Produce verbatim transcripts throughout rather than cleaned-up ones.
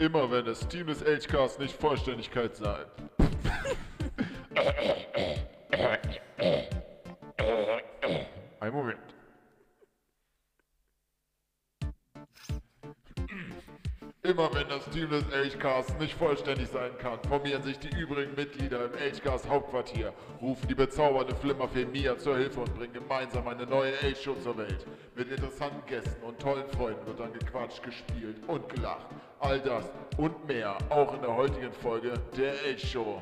Immer wenn das Team des Agecast nicht Vollständigkeit sei. Ein Moment. Immer wenn das Team des Agecast nicht vollständig sein kann, formieren sich die übrigen Mitglieder im Agecast Hauptquartier, rufen die bezaubernde Flimmerfee Mia zur Hilfe und bringen gemeinsam eine neue Age-Show zur Welt. Mit interessanten Gästen und tollen Freunden wird dann gequatscht, gespielt und gelacht. All das und mehr, auch in der heutigen Folge der Age-Show.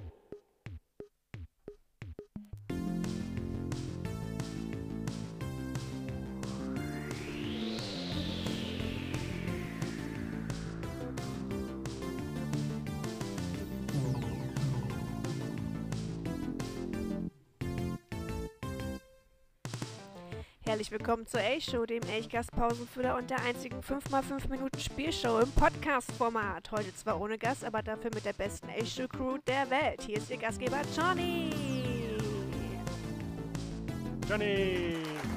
Herzlich willkommen zur A-Show, dem Elchgast-Pausenfüller und der einzigen fünf mal fünf Minuten Spielshow im Podcast-Format. Heute zwar ohne Gast, aber dafür mit der besten A-Show-Crew der Welt. Hier ist Ihr Gastgeber Johnny. Johnny!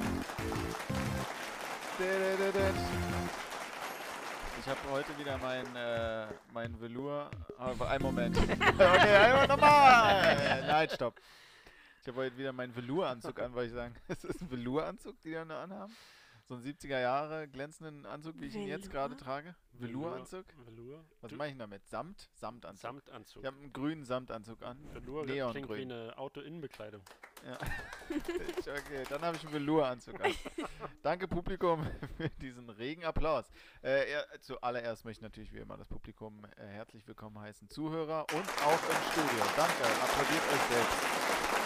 Ich habe heute wieder mein, äh, mein Velour... Aber einen Moment. Okay, einmal nochmal! Nein, stopp. Ich habe heute wieder meinen Velour-Anzug an, weil ich sagen, es ist ein Velour-Anzug, die da anhaben. So ein siebziger Jahre glänzenden Anzug, wie ich ihn jetzt gerade trage. Velour-Anzug. Velour. Was mache ich denn damit? Samt? Samtanzug. Samtanzug. Ich habe einen grünen Samtanzug an. Velour klingt wie eine Auto-Innenbekleidung. Ja. Okay, dann habe ich einen Velour-Anzug an. Danke Publikum für diesen regen Applaus. Äh, er, zuallererst möchte ich natürlich wie immer das Publikum äh, herzlich willkommen heißen. Zuhörer und auch im Studio. Danke, applaudiert euch selbst.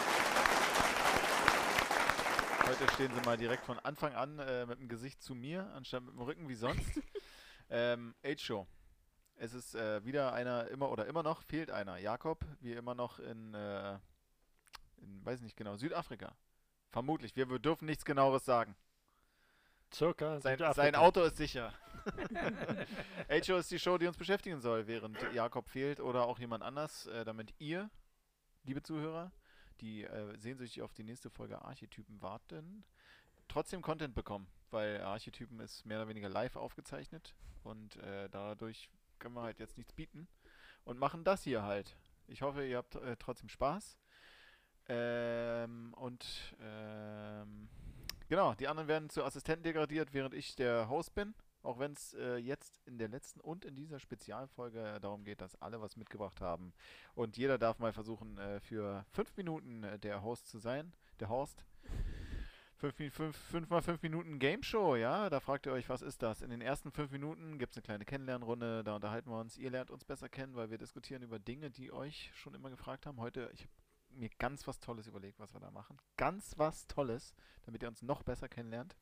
Heute stehen sie mal direkt von Anfang an äh, mit dem Gesicht zu mir, anstatt mit dem Rücken wie sonst. ähm, Age-Show. Es ist äh, wieder einer, immer oder immer noch, fehlt einer. Jakob, wie immer noch in, äh, in, weiß nicht genau, Südafrika. Vermutlich, wir, wir dürfen nichts genaueres sagen. Circa Sein, Südafrika. sein Auto ist sicher. Age-Show ist die Show, die uns beschäftigen soll, während Jakob fehlt oder auch jemand anders, äh, damit ihr, liebe Zuhörer, die äh, sehnsüchtig auf die nächste Folge Archetypen warten, trotzdem Content bekommen, weil Archetypen ist mehr oder weniger live aufgezeichnet und äh, dadurch können wir halt jetzt nichts bieten und machen das hier halt. Ich hoffe, ihr habt äh, trotzdem Spaß. Ähm, und ähm, genau, die anderen werden zu Assistenten degradiert, während ich der Host bin. Auch wenn es äh, jetzt in der letzten und in dieser Spezialfolge darum geht, dass alle was mitgebracht haben. Und jeder darf mal versuchen, äh, für fünf Minuten äh, der Host zu sein. Der Host. Fünf, fünf, fünf mal fünf Minuten Game Show, ja? Da fragt ihr euch, was ist das? In den ersten fünf Minuten gibt es eine kleine Kennenlernrunde. Da unterhalten wir uns. Ihr lernt uns besser kennen, weil wir diskutieren über Dinge, die euch schon immer gefragt haben. Heute, ich habe mir ganz was Tolles überlegt, was wir da machen. Ganz was Tolles, damit ihr uns noch besser kennenlernt.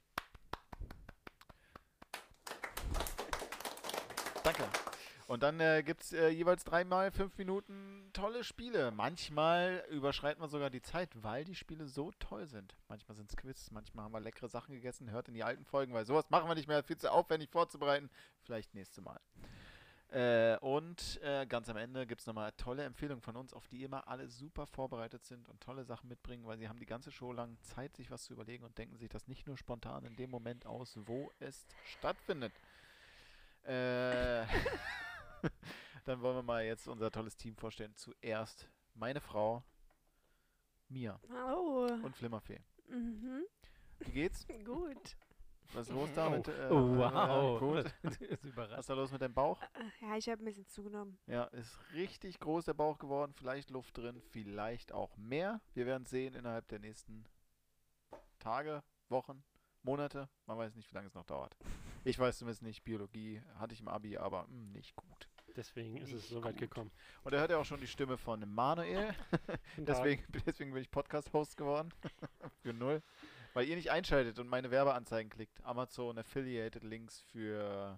Danke. Und dann äh, gibt es äh, jeweils dreimal fünf Minuten tolle Spiele. Manchmal überschreiten wir sogar die Zeit, weil die Spiele so toll sind. Manchmal sind es Quiz, manchmal haben wir leckere Sachen gegessen. Hört in die alten Folgen, weil sowas machen wir nicht mehr. Viel zu aufwendig vorzubereiten. Vielleicht nächstes Mal. Äh, und äh, ganz am Ende gibt es nochmal tolle Empfehlungen von uns, auf die immer alle super vorbereitet sind und tolle Sachen mitbringen, weil sie haben die ganze Show lang Zeit, sich was zu überlegen und denken sich das nicht nur spontan in dem Moment aus, wo es stattfindet. Äh, dann wollen wir mal jetzt unser tolles Team vorstellen. Zuerst meine Frau, Mia. Hallo. Und Flimmerfee. Mhm. Wie geht's? Gut. Was ist los damit? Oh, Äh, oh wow. Äh, gut. Das ist überraschend. Was ist da los mit deinem Bauch? Ja, ich habe ein bisschen zugenommen. Ja, ist richtig groß der Bauch geworden. Vielleicht Luft drin, vielleicht auch mehr. Wir werden sehen innerhalb der nächsten Tage, Wochen, Monate. Man weiß nicht, wie lange es noch dauert. Ich weiß zumindest nicht. Biologie hatte ich im Abi, aber mh, nicht gut. Deswegen ist Nicht es so weit gut. gekommen. Und er hört ja auch schon die Stimme von Manuel. deswegen, deswegen bin ich Podcast-Host geworden. Für null. Weil ihr nicht einschaltet und meine Werbeanzeigen klickt. Amazon Affiliated Links für...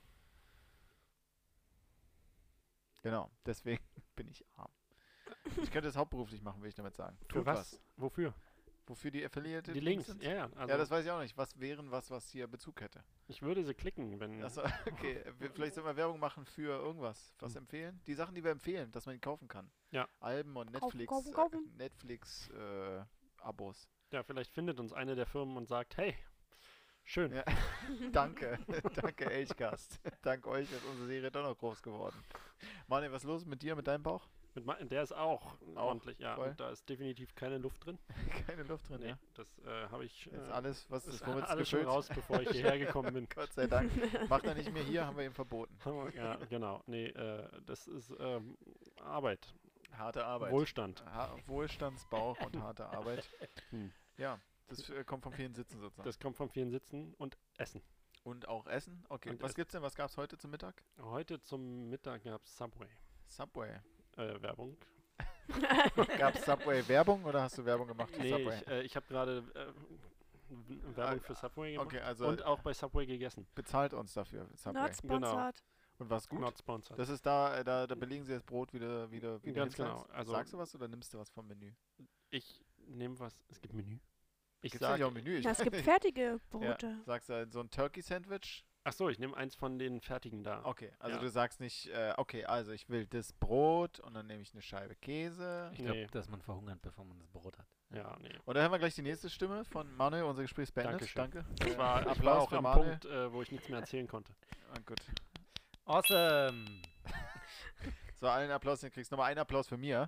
Genau, deswegen bin ich arm. Ich könnte es hauptberuflich machen, will ich damit sagen. Für Tut was? Wofür? Wofür die Affiliated Die Links, sind? ja, ja. Also Ja, das weiß ich auch nicht. Was wären was, was hier Bezug hätte? ich würde sie klicken, wenn... Achso, okay. Wir, vielleicht sollten wir Werbung machen für irgendwas. Was Hm. empfehlen? Die Sachen, die wir empfehlen, dass man die kaufen kann. Ja. Alben und Kaufen, Netflix, kaufen, kaufen. Äh, Netflix äh, Abos. Ja, vielleicht findet uns eine der Firmen und sagt, hey, Schön. Ja. Danke, danke Agecast. Dank euch ist unsere Serie doch noch groß geworden. Manuel, was ist los mit dir, mit deinem Bauch? Mit Ma- der ist auch, Auch ordentlich, ja. voll? Und da ist definitiv keine Luft drin. Keine Luft drin, Nee, ja. das äh, habe ich. Ist Äh, alles, was ist, ist womit ist alles schon gefüllt? raus, bevor ich hierher gekommen bin. Gott sei Dank. Macht er nicht mehr hier, haben wir ihm verboten. Ja, genau. Nee, äh, das ist ähm, Arbeit. Harte Arbeit. Wohlstand. Ha Wohlstandsbauch und harte Arbeit. Hm. Ja, das äh, kommt von vielen Sitzen sozusagen. Das kommt von vielen Sitzen und Essen. Und auch Essen? Okay, Und was Essen. gibt's denn? Was gab's heute zum Mittag? Heute zum Mittag gab es Subway. Subway. Äh, Werbung. Gab's Subway Werbung oder hast du Werbung gemacht für Nee, Subway? ich, äh, ich habe gerade äh, Werbung Ah, für Subway gemacht. Okay, also Und auch bei Subway gegessen. bezahlt uns dafür, Subway. Not sponsored. Und war's gut? Not sponsored. Das ist da, äh, da, da belegen sie das Brot wieder, wieder, wieder Ganz hinschlagst. genau, also- Sagst du was oder nimmst du was vom Menü? Ich nehme was. Es gibt Menü. Ich Gibt's sag, nicht auch Menü? Ich Na, es weiß gibt nicht. fertige Ja, Brote. sagst du so ein Turkey-Sandwich? ach so, ich nehme eins von den fertigen da. Okay, also Ja. du sagst nicht, äh, okay, also ich will das Brot und dann nehme ich eine Scheibe Käse. Ich glaube, Nee. dass man verhungert, bevor man das Brot hat. Ja, nee. Und dann hören wir gleich die nächste Stimme von Manuel, unser Gespräch ist beendet. Dankeschön. Danke. Ich war, ich war Applaus auch für am Manuel. Punkt, äh, wo ich nichts mehr erzählen konnte. Ah, gut. Awesome! So, allen Applaus, den kriegst du. Nochmal einen Applaus für mir.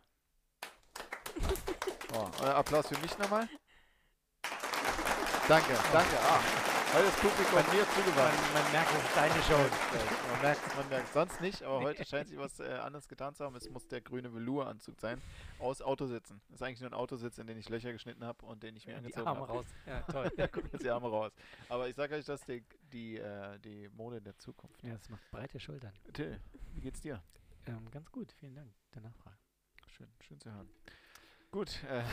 Oh, und einen Applaus für mich nochmal. Danke, danke. Ah, heute ist Publikum mir zugewandt. Man, man merkt, es ist deine Show. Man merkt, man merkt sonst nicht, aber heute scheint sich was äh, anderes getan zu haben. Es muss der grüne Velouranzug sein. Aus Autositzen. Das ist eigentlich nur ein Autositz, in den ich Löcher geschnitten habe und den ich mir Die angezogen Arme habe. raus. Ja, toll. Da gucken jetzt die Arme raus. Aber ich sage euch, das ist die, die, äh, die Mode der Zukunft. Ja, das macht breite Schultern. Till, wie geht's dir? Ähm, ganz gut, vielen Dank der Nachfrage. Schön, schön zu hören. Gut. Äh,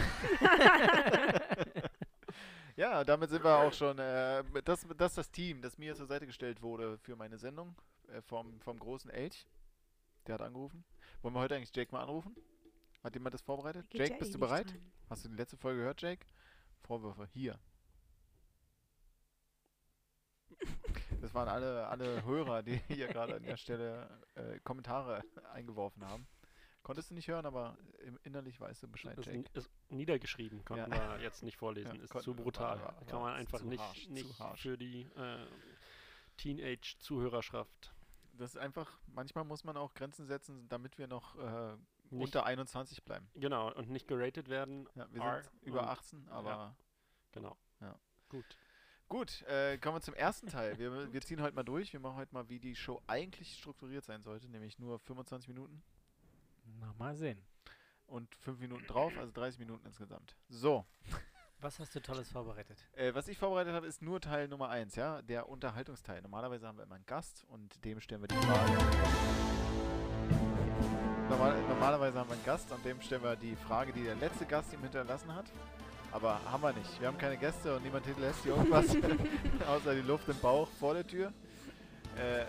ja, damit sind wir auch schon. Äh, das, das ist das Team, das mir zur Seite gestellt wurde für meine Sendung äh, vom, vom großen Elch. Der hat angerufen. Wollen wir heute eigentlich Jake mal anrufen? Hat jemand das vorbereitet? Geht Jake, ja bist eh du nicht bereit? dran. Hast du die letzte Folge gehört, Jake? Vorwürfe, hier. Das waren alle, alle Hörer, die hier gerade an der Stelle äh, Kommentare eingeworfen haben. Konntest du nicht hören, aber im, innerlich weißt du Bescheid, Das Jake. n- ist niedergeschrieben, konnten Ja. wir jetzt nicht vorlesen. Ja, ist konnten zu wir- brutal. war- war- Kann man war einfach zu nicht, harsch, zu nicht harsch. für die äh, Teenage-Zuhörerschaft. Das ist einfach, manchmal muss man auch Grenzen setzen, damit wir noch äh, Nicht, unter einundzwanzig bleiben. genau, und nicht geratet werden. Ja, wir R sind über und- achtzehn, aber Genau. Ja. Gut. gut, äh, kommen wir zum ersten Teil. Wir, wir ziehen heute mal durch. Wir machen heute mal, wie die Show eigentlich strukturiert sein sollte, nämlich nur fünfundzwanzig Minuten Na, mal sehen. und fünf Minuten drauf, also dreißig Minuten insgesamt. So, Was hast du Tolles vorbereitet? äh, was ich vorbereitet habe, ist nur Teil Nummer eins, ja, der Unterhaltungsteil. Normalerweise haben wir immer einen Gast und dem stellen wir die Frage. Normal, normalerweise haben wir einen Gast und dem stellen wir die Frage, die der letzte Gast ihm hinterlassen hat. Aber haben wir nicht. Wir haben keine Gäste und niemand hinterlässt hier irgendwas, außer die Luft im Bauch vor der Tür. Äh,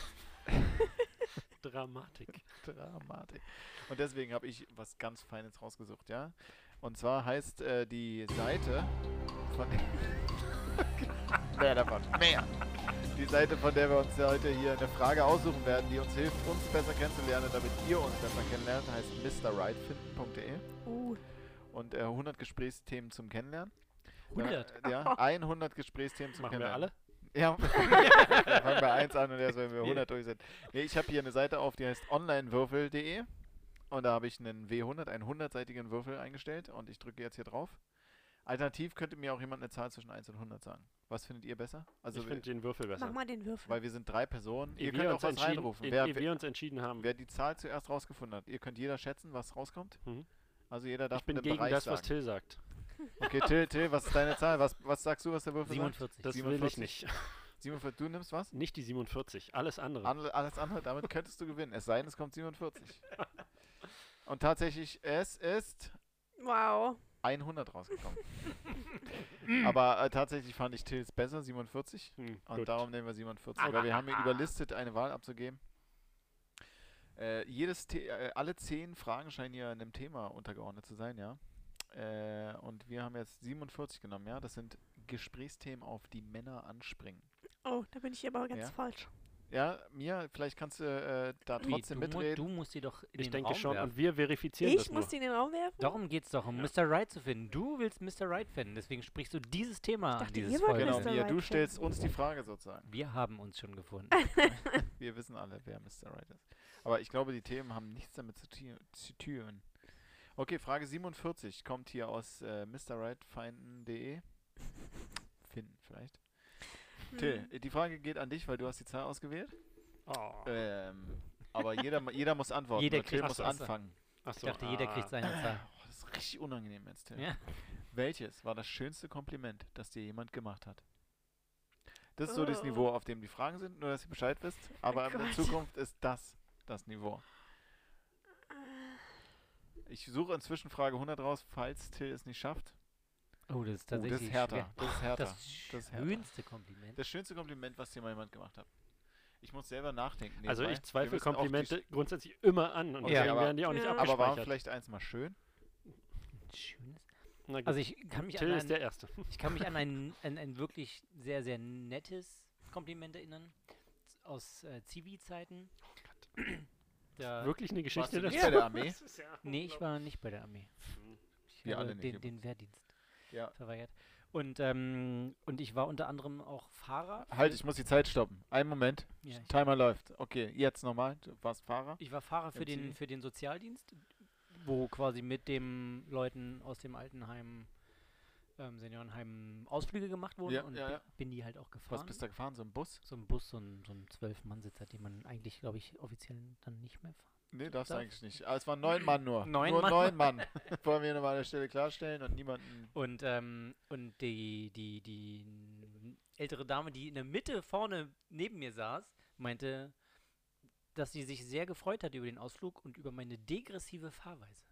Dramatik. Dramatik. Und deswegen habe ich was ganz Feines rausgesucht, ja. Und zwar heißt äh, die Seite von mehr davon, mehr. Die Seite, von der wir uns heute hier eine Frage aussuchen werden, die uns hilft, uns besser kennenzulernen, damit ihr uns besser kennenlernt, heißt misterrightfinden punkt de Uh, und äh, hundert Gesprächsthemen zum Kennenlernen. hundert? Äh, ja, hundert Gesprächsthemen zum Machen wir Kennenlernen. alle? Ja, wir fangen bei eins an und erst wenn wir Nee. hundert durch sind. Nee, ich habe hier eine Seite auf, die heißt onlinewürfel punkt de und da habe ich einen W hundert, einen hundertseitigen Würfel eingestellt und ich drücke jetzt hier drauf. Alternativ könnte mir auch jemand eine Zahl zwischen eins und hundert sagen. Was findet ihr besser? Also, ich finde den Würfel besser. mach mal den Würfel. weil wir sind drei Personen. Ehe Ihr wir könnt auch uns was entschieden- reinrufen. ehe- Wer, ehe wer, wir uns entschieden haben. wer die Zahl zuerst rausgefunden hat. Ihr könnt jeder schätzen, was rauskommt. Mhm. Also jeder darf Ich bin einen gegen Bereich das, sagen. was Till sagt. Okay, Till, Till, was ist deine Zahl? Was, was sagst du, was der Würfel siebenundvierzig. Das will siebenundvierzig. ich nicht. sagt? siebenundvierzig. Du nimmst was? Nicht die siebenundvierzig. Alles andere. Andere, alles andere, damit könntest du gewinnen. Es sei denn, es kommt siebenundvierzig. Und tatsächlich, es ist Wow. hundert rausgekommen. Aber äh, tatsächlich fand ich Tills besser, siebenundvierzig. Hm, Und gut. darum nehmen wir siebenundvierzig. Oder wir haben ihn überlistet, eine Wahl abzugeben. Äh, jedes The äh, alle zehn Fragen scheinen hier einem Thema untergeordnet zu sein, ja. Äh, und wir haben jetzt siebenundvierzig genommen, ja. Das sind Gesprächsthemen, auf die Männer anspringen. Oh, da bin ich aber ganz Ja? falsch. Ja, Mia, vielleicht kannst du äh, da Wie, trotzdem du, mu mitreden. du musst die doch in Ich den denke Raum schon. werfen. Und wir verifizieren Ich das muss nur. die in den Raum werfen? Darum geht es doch, um Ja. Mister Right zu finden. Du willst Mister Right finden, deswegen sprichst du dieses Thema dachte, an dieses ihr wollt Folge. Genau, Mister Mia, Right du finden. stellst uns die Frage sozusagen. Wir haben uns schon gefunden. Wir wissen alle, wer Mister Right ist. Aber ich glaube, die Themen haben nichts damit zu, tu- zu tun. Okay, Frage siebenundvierzig kommt hier aus äh, misterrightfinden punkt de. Finden vielleicht. Till, Hm. die Frage geht an dich, weil du hast die Zahl ausgewählt. Oh. Ähm, aber jeder, jeder muss antworten. Jeder oder Till kriegt- muss Ach so, ach so. anfangen. Ach Ich so, dachte, jeder ah. kriegt seine Zahl. Oh, das ist richtig unangenehm jetzt, Till. Ja. Welches war das schönste Kompliment, das dir jemand gemacht hat? Das ist so das Oh. Niveau, auf dem die Fragen sind, nur dass ihr Bescheid wisst. Aber in der Gott. Zukunft ist das das Niveau. Ich suche inzwischen Frage hundert raus, falls Till es nicht schafft. Oh, das ist Oh, tatsächlich das ist härter. schwer. Das ist härter. Das Das ist härter. schönste Kompliment. Das schönste Kompliment, was dir mal jemand gemacht hat. Ich muss selber nachdenken. Also nebenbei. ich Wir zweifle wissen auch die Komplimente Sch- grundsätzlich immer an und Okay, deswegen aber- werden die auch nicht Ja. Aber war abgespeichert. vielleicht eins mal schön? Schönes. Na gut. Also ich kann mich Till an ist der ein, Erste. ich kann mich an ein, an ein wirklich sehr, sehr nettes Kompliment erinnern. Z- Aus äh, Zivi-Zeiten. Da, Wirklich eine Warst Geschichte du nicht dazu? bei der Armee? Das ist ja nee, ich war nicht bei der Armee. Hm. Ich Wir habe alle nicht den, übrigens. den Wehrdienst Ja. verweigert. Und, ähm, und ich war unter anderem auch Fahrer. Halt, für- ich muss die Zeit stoppen. Einen Moment. Ja, ich, Timer läuft. Okay, jetzt nochmal. Du warst Fahrer. ich war Fahrer für Im den, Zivi? für den Sozialdienst, wo quasi mit den Leuten aus dem Altenheim, ähm, Seniorenheim Ausflüge gemacht wurden. Ja, und ja, bin, ja. bin die halt auch Was gefahren. bist du da gefahren? So ein Bus? So ein Bus, so ein, so ein Zwölf-Mann-Sitzer, den man eigentlich, glaube ich, offiziell dann nicht mehr fahren. Nee, darfst du Darf- eigentlich nicht. Aber es waren neun Mann nur. Neun nur Mann? neun Mann. Wollen wir nochmal an der Stelle klarstellen und niemanden. Und, ähm, und die, die, die n- ältere Dame, die in der Mitte vorne neben mir saß, meinte, dass sie sich sehr gefreut hat über den Ausflug und über meine degressive Fahrweise.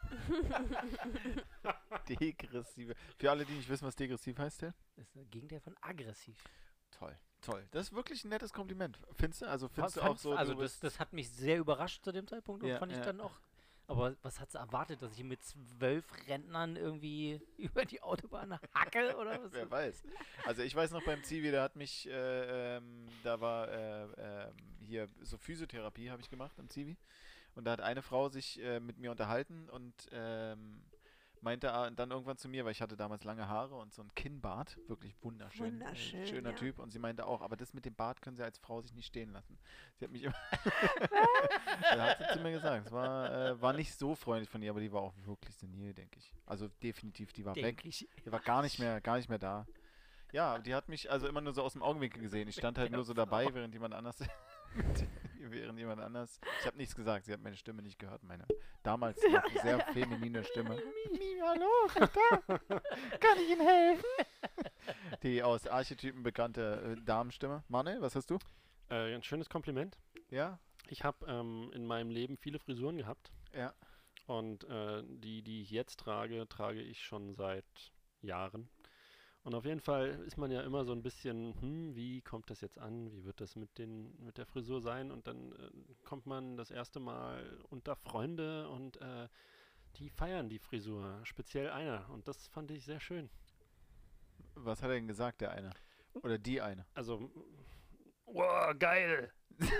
Degressive. Für alle, die nicht wissen, was degressiv heißt, Till? Das ist das Gegenteil von aggressiv. Toll. Toll. Das ist wirklich ein nettes Kompliment. Findest du? Also findest du Fand- auch so. also du das, bist- das hat mich sehr überrascht zu dem Zeitpunkt und Ja, fand ich ja. dann auch. Aber was hat sie erwartet, dass ich mit zwölf Rentnern irgendwie über die Autobahn hacke oder was? Wer weiß. Also ich weiß noch beim Zivi, da hat mich, äh, ähm, da war äh, ähm, hier so Physiotherapie habe ich gemacht am Zivi. Und da hat eine Frau sich äh, mit mir unterhalten und ähm, meinte a- dann irgendwann zu mir, weil ich hatte damals lange Haare und so ein Kinnbart, wirklich wunderschön, äh, Wunderschön, schöner ja. Typ. Und sie meinte auch, aber das mit dem Bart können Sie als Frau sich nicht stehen lassen. Sie hat mich immer, da hat sie zu mir gesagt, es war, äh, war nicht so freundlich von ihr, aber die war auch wirklich senil, denke ich. Also definitiv, die war weg. Denk ich. Die war gar nicht mehr, gar nicht mehr da. Ja, die hat mich also immer nur so aus dem Augenwinkel gesehen. Ich stand halt nur so dabei, während jemand anders, während jemand anders. Ich habe nichts gesagt. Sie hat meine Stimme nicht gehört, meine damals noch sehr feminine Stimme. Mimi, hallo, ist da? Kann ich Ihnen helfen? Die aus Archetypen bekannte äh, Damenstimme. Manuel, was hast du? Äh, ein schönes Kompliment. Ja, Ich habe ähm, in meinem Leben viele Frisuren gehabt. ja. Und äh, die, die ich jetzt trage, trage ich schon seit Jahren. Und auf jeden Fall ist man ja immer so ein bisschen, hm, wie kommt das jetzt an? Wie wird das mit den, mit der Frisur sein? Und dann äh, kommt man das erste Mal unter Freunde und äh, die feiern die Frisur, speziell einer. Und das fand ich sehr schön. Was hat er denn gesagt, der eine? Oder die eine? Also, wow, geil!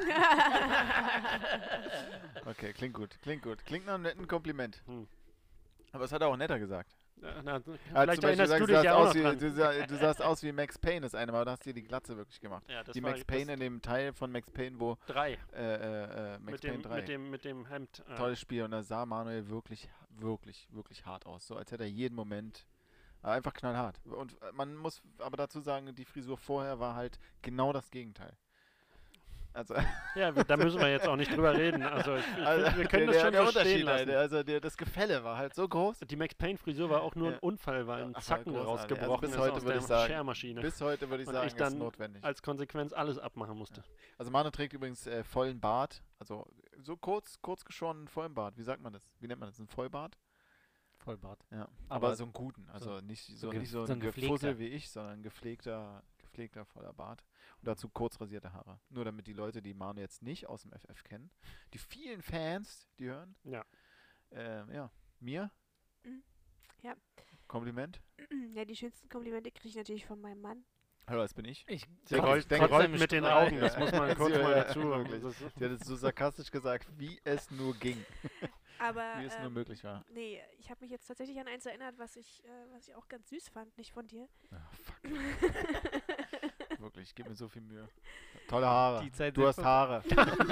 Okay, klingt gut, klingt gut. Klingt nach einem netten Kompliment. Hm. Aber das hat er auch netter gesagt. Ja, na, Er hat vielleicht zum Beispiel erinnerst gesagt, du dich sahst ja auch noch aus wie, dran. du, sah, du sahst aus wie Max Payne das eine Mal, da hast du dir die Glatze wirklich gemacht. Ja, das Die war Max Payne das in dem Teil von Max Payne, wo drei. äh, äh, äh, Max Mit Payne dem, drei. mit, dem, mit dem Hemd. äh, Tolles Spiel und da sah Manuel wirklich, wirklich, wirklich hart aus. So als hätte er jeden Moment äh, einfach knallhart. Und äh, man muss aber dazu sagen, die Frisur vorher war halt genau das Gegenteil. Also, Ja, wir- da müssen wir jetzt auch nicht drüber reden. Also, ich, ich also find, wir können der, das schon der so stehen Unterschied, lassen. halt, also der, das Gefälle war halt so groß. Die Max Payne-Frisur war auch nur Ja. ein Unfall, weil ein Ach, war Zacken großartig. Also rausgebrochen bis ist heute aus würde der ich sagen, Schermaschine. Bis heute würde ich Und sagen, ich ist dann notwendig. Als Konsequenz alles abmachen musste. Also Manu trägt übrigens äh, vollen Bart, also so kurz, kurz geschorenen vollen Bart. Wie sagt man das? Wie nennt man das? Ein Vollbart? Vollbart. Ja. Aber, Aber so einen guten, also so- nicht so, so ge- nicht so so ein ein gepflegter. Gefussel wie ich, sondern ein gepflegter, gepflegter voller Bart. Und dazu kurz rasierte Haare. Nur damit die Leute, die Manu jetzt nicht aus dem F F kennen, die vielen Fans, die hören. Ja. Ähm, ja. Mir? Mhm. Ja. Kompliment? Ja, die schönsten Komplimente kriege ich natürlich von meinem Mann. Hallo, das bin ich. Ich Der Sie rollt- rollt, der der rollt rollt mit den Strahl, Augen, ja. das muss man kurz Ja, mal ja, dazu. wirklich. Das ist- Sie hat es so sarkastisch gesagt, wie es nur ging, Aber wie es nur ähm, möglich war. nee, ich habe mich jetzt tatsächlich an eins erinnert, was ich, äh, was ich auch ganz süß fand, nicht von dir. Ah, fuck, wirklich, ich gebe mir so viel Mühe. Tolle Haare. Die Zeit Du sind hast vorbei. Haare.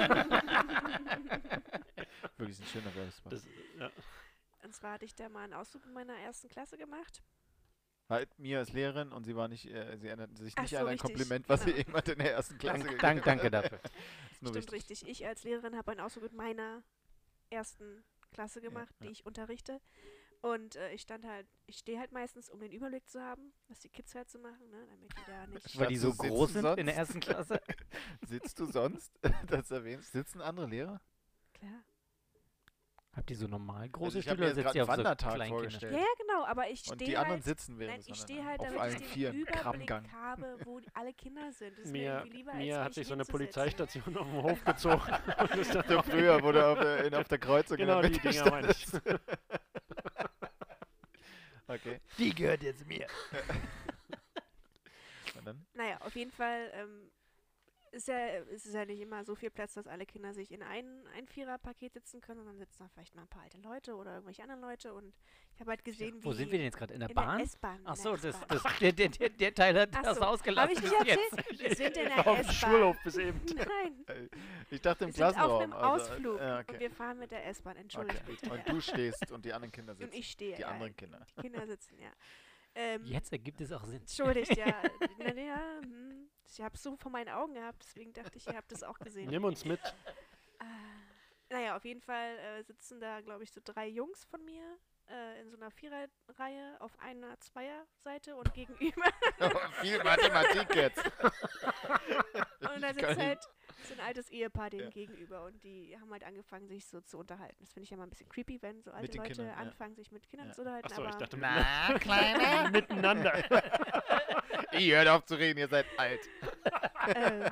Wirklich ein schöner Werbespot. das, ja. Und zwar hatte ich da mal einen Ausflug in meiner ersten Klasse gemacht. Halt mir als Lehrerin und sie war nicht, äh, sie erinnerte sich Ach nicht so, an ein richtig, Kompliment, was sie genau. jemand in der ersten Klasse Dank, gegeben dank, hat. danke dafür. Ist nur Stimmt wichtig. richtig. Ich als Lehrerin habe einen Ausflug mit meiner ersten Klasse gemacht, ja. die ich unterrichte. Und äh, ich stand halt, ich stehe halt meistens, um den Überblick zu haben, was die Kids halt so machen, ne, damit die da nicht. Weil die so Sitzt du groß sind in der sonst? ersten Klasse. Sitzt du sonst, das erwähnst, sitzen andere Lehrer? Klar. Habt ihr so normal große Also ich hab Stühle mir oder jetzt sitzt ihr auf gerade so Wandertag kleinen vorgestellt. Ja, ja, genau, aber ich Und stehe die anderen halt, sitzen während nein, des ich stehe Wandertags. halt, Auf damit allen ich den Vieren, Überblick Kramgang. habe, wo die, alle Kinder sind. Das ist mir Mir, irgendwie lieber, als mir hat mich sich so eine hinzusetzen. Polizeistation auf den Hof gezogen. Und ist dann So auch- früher, wo du auf der, in, auf der Kreuzung Genau, in die der Mitte Dinger meine ich. standest. Okay, Die gehört jetzt mir. und dann? Naja, auf jeden Fall ähm, ist ja, ist es ja nicht immer so viel Platz, dass alle Kinder sich in ein, ein Vierer-Paket sitzen können und dann sitzen da vielleicht noch ein paar alte Leute oder irgendwelche anderen Leute und ich habe halt gesehen, wie Wo sind wir denn jetzt gerade? In der in Bahn? der S-Bahn. Ach in so, der das, S-Bahn. das, der, der, der, der Teil hat Ach das so, ausgelassen. Habe ich nicht bis jetzt. erzählt? Wir sind in Ich der war auf dem S-Bahn. Schulhof bis eben. Nein, Ich dachte im wir sind auf Klassenraum. einem also, Ausflug Ja, und okay. wir fahren mit der S-Bahn, entschuldigt Okay. bitte. Und du stehst und die anderen Kinder sitzen. Und ich stehe, Die ja, anderen Kinder. die Kinder sitzen, ja. Ähm, Jetzt ergibt es auch Sinn. Entschuldigt, ja. Na, ja hm. Ich habe es so vor meinen Augen gehabt, deswegen dachte ich, ihr habt das auch gesehen. Nimm uns mit. Äh, naja, auf jeden Fall äh, sitzen da, glaube ich, so drei Jungs von mir äh, in so einer Viererreihe auf einer Zweierseite und gegenüber. Viel Mathematik jetzt. Und da Ich kann sitzt halt so ein altes Ehepaar denen Ja. gegenüber und die haben halt angefangen, sich so zu unterhalten. Das finde ich ja mal ein bisschen creepy, wenn so alte den Leute Kindern, ja. anfangen, sich mit Kindern Ja. zu unterhalten. Achso, ich aber dachte Na, Kleiner? miteinander. Ihr hört auf zu reden, ihr seid alt. ähm,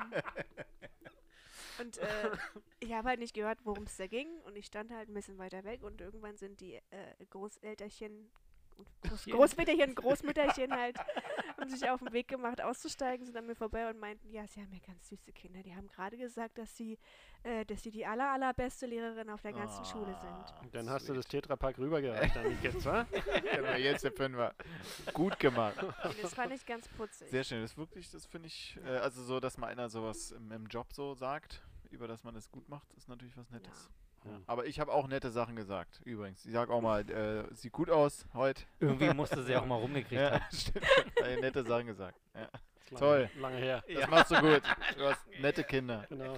und äh, ich habe halt nicht gehört, worum es da ging und ich stand halt ein bisschen weiter weg und irgendwann sind die äh, Großelterchen und Groß Großväterchen und Großmütterchen halt haben sich auf den Weg gemacht auszusteigen, sind an mir vorbei und meinten, ja, sie haben ja ganz süße Kinder. Die haben gerade gesagt, dass sie, äh, dass sie die aller, allerbeste Lehrerin auf der ganzen Schule sind. Ah, Dann hast du das sweet. Tetrapack rübergereicht an die Kids, wa? Genau, jetzt der Fünfer. Gut gemacht. Und das fand ich ganz putzig. Sehr schön. Das ist wirklich, das finde ich, äh, also so, dass mal einer sowas im, im Job so sagt, über das man es gut macht, ist natürlich was Nettes. Ja. Aber ich habe auch nette Sachen gesagt, übrigens. Ich sag auch mal, äh, sieht gut aus heute. Irgendwie musste sie auch mal rumgekriegt Ja, haben. stimmt. Äh, nette Sachen gesagt. Ja. Ist lange, Toll. Lange her. Das machst du gut. Du hast nette Kinder. Genau.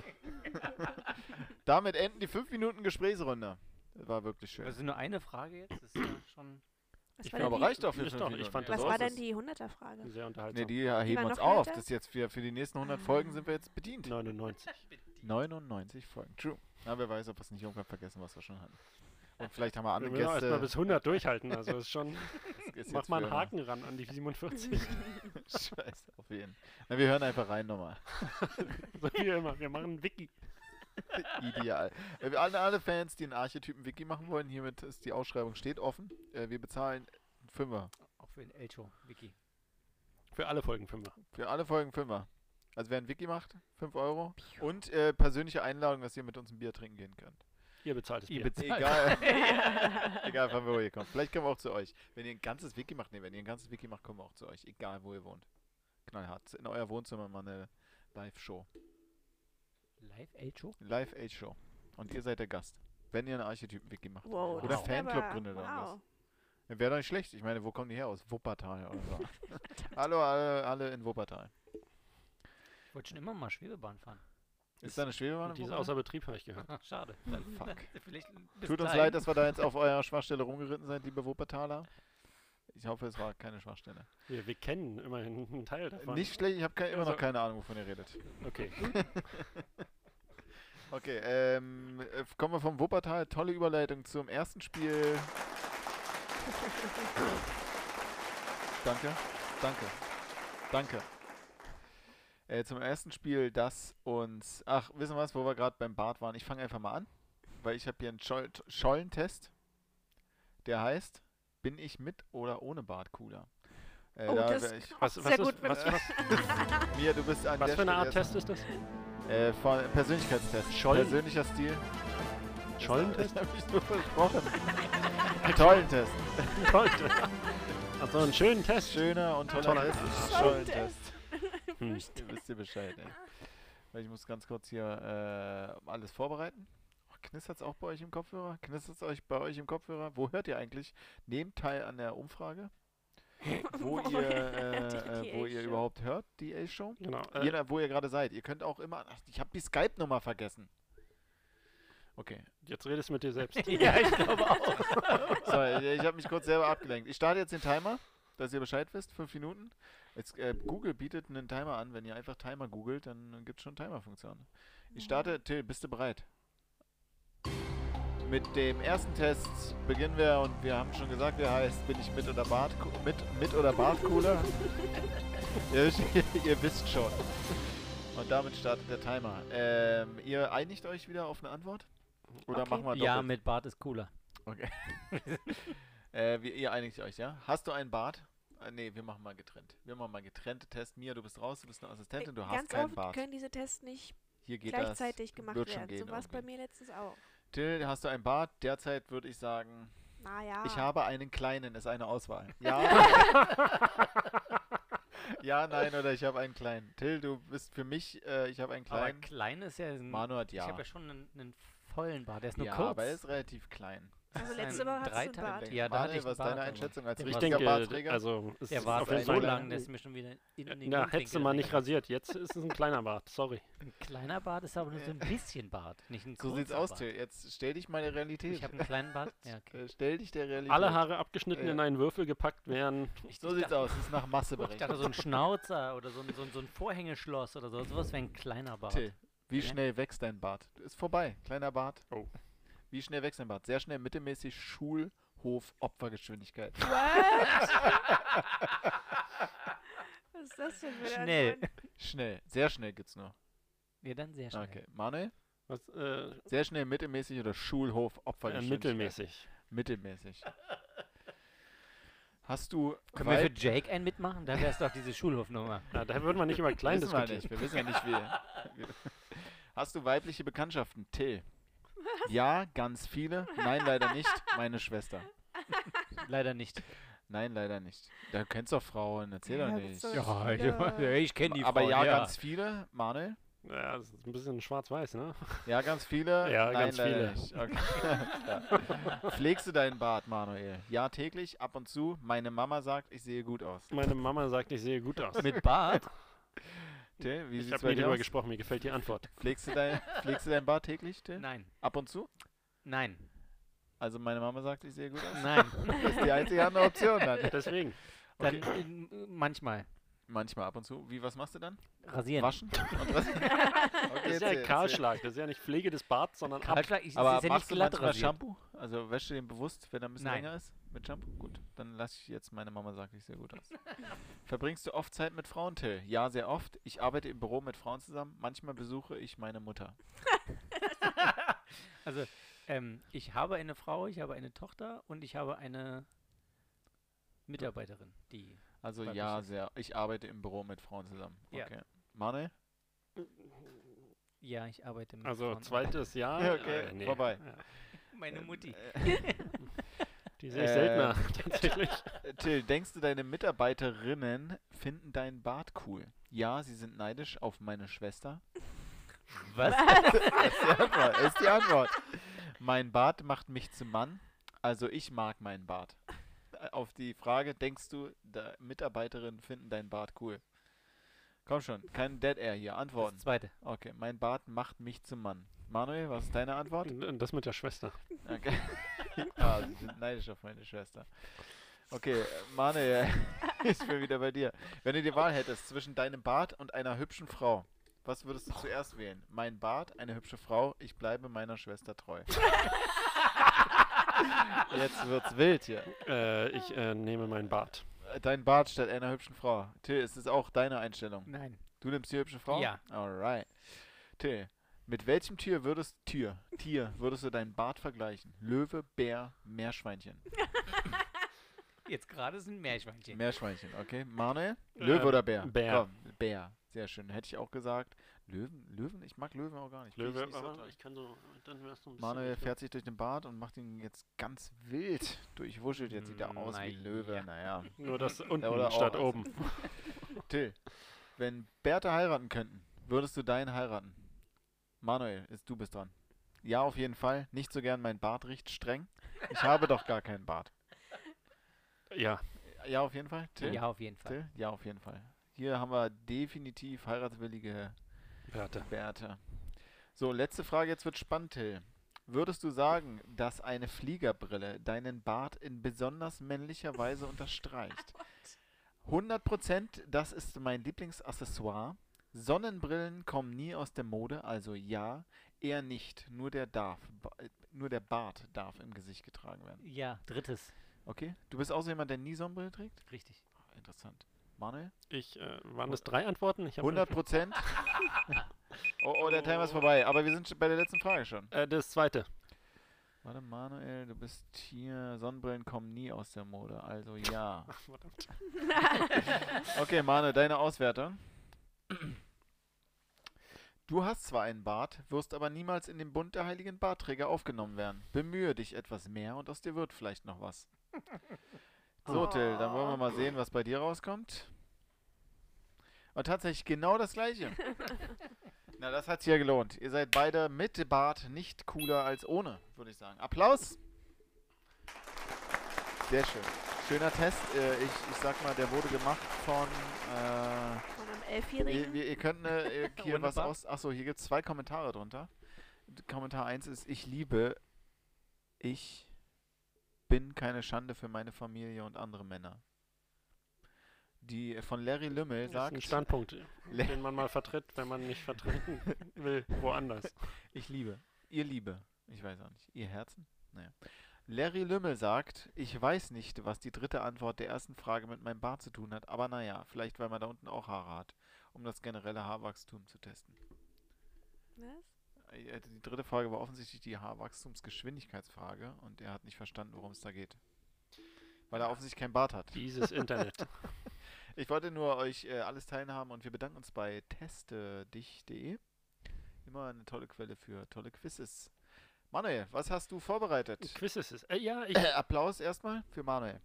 Damit enden die fünf Minuten Gesprächsrunde. Das war wirklich schön. Das ist nur eine Frage jetzt. Das ist ja schon. Was Ich war bin denn Aber die, reicht doch für Ist fünf doch, Minuten. ich fand was das war auch denn die hunderter-Frage? Sehr Ne, unterhaltsam. die heben war uns noch auf. netter? Das ist jetzt für, für die nächsten hundert Ah. Folgen sind wir jetzt bedient. neunundneunzig. neunundneunzig Folgen. True. Na, wer weiß, ob wir es nicht irgendwann vergessen, was wir schon hatten. Und vielleicht haben wir andere Wir müssen erst mal Gäste. bis hundert durchhalten. Also ist schon. Das ist Mach jetzt mal einen für- Haken ran an die siebenundvierzig. Scheiße, auf jeden. Na, wir hören einfach rein nochmal. So wie immer. Wir machen einen Wiki. Ideal. Äh, wir alle, alle Fans, die einen Archetypen-Wiki machen wollen, hiermit ist die Ausschreibung steht offen. Äh, wir bezahlen einen Fünfer. Auch für den Elcho, Wiki. Für alle Folgen Fünfer. Für alle Folgen Fünfer. Also wer ein Wiki macht, fünf Euro. Und äh, persönliche Einladung, dass ihr mit uns ein Bier trinken gehen könnt. Ihr bezahlt das Ihr Bier. bezahlt. Egal. Egal, von wo ihr kommt. Vielleicht kommen wir auch zu euch. Wenn ihr ein ganzes Wiki macht, nee, wenn ihr ein ganzes Wiki macht, kommen wir auch zu euch. Egal, wo ihr wohnt. Knallhart. In euer Wohnzimmer mal eine Live-Show. Live Elcho? Live-Age-Show. Und ihr seid der Gast. Wenn ihr einen Archetypen-Wiki macht. Wow, Oder das ist Fanclub aber- gründet oder wow. Wäre doch nicht schlecht. Ich meine, wo kommen die her? Aus Wuppertal oder so. Hallo, alle, alle in Wuppertal. Ich wollte schon immer mal Schwebebahn fahren. Ist da eine Schwebebahn in Die ist Wuppertal? außer Betrieb, habe ich gehört. Ach, schade. Dann Fuck. Vielleicht bis Tut uns dahin. leid, dass wir da jetzt auf eurer Schwachstelle rumgeritten sind, liebe Wuppertaler. Ich hoffe, es war keine Schwachstelle. Wir, wir kennen immerhin einen Teil davon. Nicht schlecht, ich habe ke immer Also- noch keine Ahnung, wovon ihr redet. Okay. Okay, ähm, äh, kommen wir vom Wuppertal. Tolle Überleitung zum ersten Spiel. Danke, danke, danke. Äh, zum ersten Spiel, das uns... Ach, wissen wir was, wo wir gerade beim Bart waren? Ich fange einfach mal an, weil ich habe hier einen Scholl Schollentest, der heißt, bin ich mit oder ohne Bart cooler? Äh, Oh, da das wär ich, Was, sehr was, gut, ist, wenn- was, was, Mia, du bist an was der für eine Stelle Art erst- Test ist das? Äh, von Persönlichkeitstest. Schollen? Persönlicher Stil. Schollentest? Das hab ich nur versprochen. Tollen Test. Toll. Also einen schönen Test. Schöner und toller, Toller Test. Test. Schollentest. Hm. Ihr wisst ihr Bescheid, ey. Weil ich muss ganz kurz hier äh, alles vorbereiten. Oh, knistert's auch bei euch im Kopfhörer? Knistert's euch bei euch im Kopfhörer? Wo hört ihr eigentlich? Nehmt teil an der Umfrage, wo Wo ihr, hört ihr äh, die äh, wo ihr A-Show? überhaupt hört, die A-Show. Genau. Je Äh, nach- wo ihr gerade seid. Ihr könnt auch immer... Ach, ich habe die Skype-Nummer vergessen. Okay. jetzt redest du mit dir selbst. Ja, ich glaube auch. Sorry, ich habe mich kurz selber abgelenkt. Ich starte jetzt den Timer, dass ihr Bescheid wisst. Fünf Minuten. Jetzt, äh, Google bietet einen Timer an. Wenn ihr einfach Timer googelt, dann gibt es schon Timer-Funktion. Ich starte. Till, bist du bereit? Mit dem ersten Test beginnen wir und wir haben schon gesagt, der heißt, bin ich mit oder Bart mit, mit oder Bartcooler? ihr, ihr wisst schon. Und damit startet der Timer. Ähm, ihr einigt euch wieder auf eine Antwort? Oder Okay. machen wir Ja, doppelt? mit Bart ist cooler. Okay. äh, wie, ihr einigt euch, ja? Hast du einen Bart? Äh, nee, wir machen mal getrennt. Wir machen mal getrennte Tests. Mia, du bist raus, du bist eine Assistentin, du hast Ganz keinen oft Bart. können diese Tests nicht Hier geht gleichzeitig das. gemacht wird schon werden. gehen So war es bei irgendwie. mir letztens auch. Till, hast du einen Bart? Derzeit würde ich sagen, Naja. ich habe einen kleinen, ist eine Auswahl. Ja. ja, nein, oder ich habe einen kleinen. Till, du bist für mich, äh, ich habe einen Aber kleinen. klein ist ja ein... Manu hat Ich ja. habe ja schon einen, einen vollen Bart, der ist nur ja, kurz. aber er ist relativ klein. Also ist letzte ein Woche hattest du einen Dreiteil- Bart. Ja, da Manuel, hatte ich was ist einen deine Bart, Einschätzung als der Ich war richtiger denke, Bartträger? also es Der ist war auf jeden so Fall lang, der ist mir schon wieder in den Ja, hättest du mal nicht rasiert. rasiert. Jetzt ist es ein kleiner Bart. Sorry. Ein kleiner Bart ist aber nur so ein bisschen Bart, nicht ein So sieht's kurzer aus, Bart. Till. Jetzt stell dich mal der Realität. Ich habe einen kleinen Bart. Ja, okay. Äh, Stell dich der Realität. Alle Haare abgeschnitten Ja. in einen Würfel gepackt wären. Ich, So ich sieht's dachte, aus. Das ist nach Masse Ich dachte, berechnet. so ein Schnauzer oder so ein, so ein, so ein Vorhängeschloss oder so. Sowas wäre ein kleiner Bart. Till, wie Ja. schnell wächst dein Bart? Ist vorbei. Kleiner Bart. Oh. Wie schnell wächst dein Bart? Sehr schnell, mittelmäßig, Schulhof-Opfergeschwindigkeit. What? Was ist das denn für eine Schnell. Antwort? Schnell. Sehr schnell gibt's nur. Ja, dann sehr schnell. Okay. Manuel? Was, äh, Sehr schnell, mittelmäßig oder äh, Schulhof-Opfergeschwindigkeit? mittelmäßig. Mittelmäßig. Hast du... Können wir für Weib- Jake einen mitmachen? Da wäre es doch diese Schulhofnummer. Ja, da würden wir nicht über klein wissen wir diskutieren. nicht. Wir wissen ja nicht, wie... Hast du weibliche Bekanntschaften? Till. Ja, ganz viele. Nein, leider nicht. Meine Schwester. Leider nicht. Nein, leider nicht. Da kennst doch Frauen, erzähl doch Ja, nicht. so- Ja, Ja. ja, ich kenne die Aber Frau, ja, ganz viele. Manuel? Ja, das ist ein bisschen schwarz-weiß, ne? Ja, ganz viele. Ja, Nein, ganz leider viele. nicht. Okay. Ja. Pflegst du deinen Bart, Manuel? Ja, täglich, ab und zu. Meine Mama sagt, ich sehe gut aus. Meine Mama sagt, ich sehe gut aus. Mit Bart? Till, wie Ich sieht's habe bei nie dir drüber aus? gesprochen, mir gefällt die Antwort. Pflegst du, dein, pflegst du deinen Bart täglich, Till? Nein. Ab und zu? Nein. Also meine Mama sagt, ich sehe gut aus. Nein. Das ist die einzige andere Option dann. Deswegen. Dann Okay. äh, manchmal. Manchmal ab und zu. Wie, was machst du dann? Rasieren. Waschen? Und was? Okay, Das ist ja erzähl, Kahlschlag. Das ist ja nicht Pflege des Barts, sondern ab. Kahlschlag, ich, Aber das ist ja nicht machst du glatt manchmal rasiert. Shampoo? Also wäschst du den bewusst, wenn er ein bisschen Nein. länger ist? Mit Shampoo? Gut, dann lass ich jetzt, meine Mama sagt, ich sehe gut aus. Verbringst du oft Zeit mit Frauen, Till? Ja, sehr oft. Ich arbeite im Büro mit Frauen zusammen. Manchmal besuche ich meine Mutter. Also, ähm, ich habe eine Frau, ich habe eine Tochter und ich habe eine Mitarbeiterin, die... Also Weiblich ja, ist. sehr. Ich arbeite im Büro mit Frauen zusammen. Ja. Okay. Manuel? Ja, ich arbeite mit Also Frauen. zweites Jahr. Ja, okay, äh, nee. vorbei. Ja. Meine Mutti. Die sehe ich Äh, seltener, tatsächlich. Äh, Till, denkst du, deine Mitarbeiterinnen finden deinen Bart cool? Ja, sie sind neidisch auf meine Schwester. Was? Das ist die Antwort. Das ist die Antwort. Mein Bart macht mich zum Mann. Also ich mag meinen Bart. Äh, Auf die Frage, denkst du, da Mitarbeiterinnen finden deinen Bart cool? Komm schon, kein Dead Air hier. Das Antworten. zweite. Okay, mein Bart macht mich zum Mann. Manuel, was ist deine Antwort? Das mit der Schwester. Okay. Ah, sie sind neidisch auf meine Schwester. Okay, äh, Manuel, ich bin wieder bei dir. Wenn du die Wahl hättest zwischen deinem Bart und einer hübschen Frau, was würdest du zuerst wählen? Mein Bart, eine hübsche Frau, ich bleibe meiner Schwester treu. Jetzt wird's wild hier. Äh, ich äh, nehme meinen Bart. Äh, Dein Bart statt einer hübschen Frau. Till, ist es auch deine Einstellung? Nein. Du nimmst die hübsche Frau? Ja. Alright. Till, mit welchem Tier würdest Tier, Tier würdest du deinen Bart vergleichen? Löwe, Bär, Meerschweinchen. Jetzt gerade sind Meerschweinchen. Meerschweinchen, okay. Manuel? Äh, Löwe oder Bär? Bär. Komm, Bär. Sehr schön. Hätte ich auch gesagt. Löwen? Löwen? Ich mag Löwen auch gar nicht. Finde ich Löwe, nicht so aber toll. ich kann so, dann wär's so ein bisschen... Manuel ich- fährt sich durch den Bart und macht ihn jetzt ganz wild durchwuschelt. Jetzt sieht er aus wie Na Löwe. ja. Naja. Nur das unten oder statt auch. oben. Till, wenn Bärte heiraten könnten, würdest du deinen heiraten? Manuel, ist, du bist dran. Ja, auf jeden Fall. Nicht so gern, mein Bart riecht streng. Ich habe doch gar keinen Bart. Ja, Ja, auf jeden Fall. Till? Ja, auf jeden Fall. Till? Ja, auf jeden Fall. Hier haben wir definitiv heiratswillige Werte. Bärte. So, letzte Frage, jetzt wird spannend, Till. Würdest du sagen, dass eine Fliegerbrille deinen Bart in besonders männlicher Weise unterstreicht? hundert Prozent, das ist mein Lieblingsaccessoire. Sonnenbrillen kommen nie aus der Mode, also ja, eher nicht. Nur der darf, ba- äh, nur der Bart darf im Gesicht getragen werden. Ja, drittes. Okay? Du bist auch so jemand, der nie Sonnenbrille trägt? Richtig. Ah, interessant. Manuel? Ich, äh, waren das drei Antworten? Ich hab- hundert Prozent? oh, oh, der Timer ist vorbei. Aber wir sind schon bei der letzten Frage schon. Äh, das zweite. Warte, Manuel, du bist hier. Sonnenbrillen kommen nie aus der Mode, also ja. Ach, verdammt. Okay, Manuel, deine Auswertung. Du hast zwar einen Bart, wirst aber niemals in den Bund der heiligen Bartträger aufgenommen werden. Bemühe dich etwas mehr und aus dir wird vielleicht noch was. So, Till, dann wollen wir mal sehen, was bei dir rauskommt. Und tatsächlich genau das Gleiche. Na, das hat sich ja gelohnt. Ihr seid beide mit Bart nicht cooler als ohne, würde ich sagen. Applaus! Sehr schön. Schöner Test. Äh, ich, ich sag mal, der wurde gemacht von... Äh, Von einem ihr, Elfjährigen. ihr, ihr könnt äh, hier Ohne was Bart? aus... Achso, hier gibt es zwei Kommentare drunter. Kommentar eins ist, ich liebe... Ich bin keine Schande für meine Familie und andere Männer. Die von Larry Lümmel Das ist ein sagt... Standpunkt, Le- den man mal vertritt, wenn man nicht vertreten will, woanders. Ich liebe. Ihr Liebe. Ich weiß auch nicht. Ihr Herzen? Naja. Larry Lümmel sagt, ich weiß nicht, was die dritte Antwort der ersten Frage mit meinem Bart zu tun hat, aber naja, vielleicht weil man da unten auch Haare hat, um das generelle Haarwachstum zu testen. Was? Äh, Die dritte Frage war offensichtlich die Haarwachstumsgeschwindigkeitsfrage und er hat nicht verstanden, worum es da geht. Weil er offensichtlich kein Bart hat. Dieses Internet. Ich wollte nur euch äh, alles teilhaben und wir bedanken uns bei teste dich punkt de. Immer eine tolle Quelle für tolle Quizzes. Manuel, was hast du vorbereitet? Quiz ist es. Äh, ja, ich, Äh, Applaus erstmal für Manuel.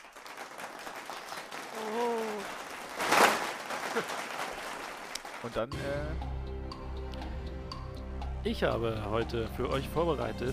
Oh. Und dann, äh, ich habe heute für euch vorbereitet.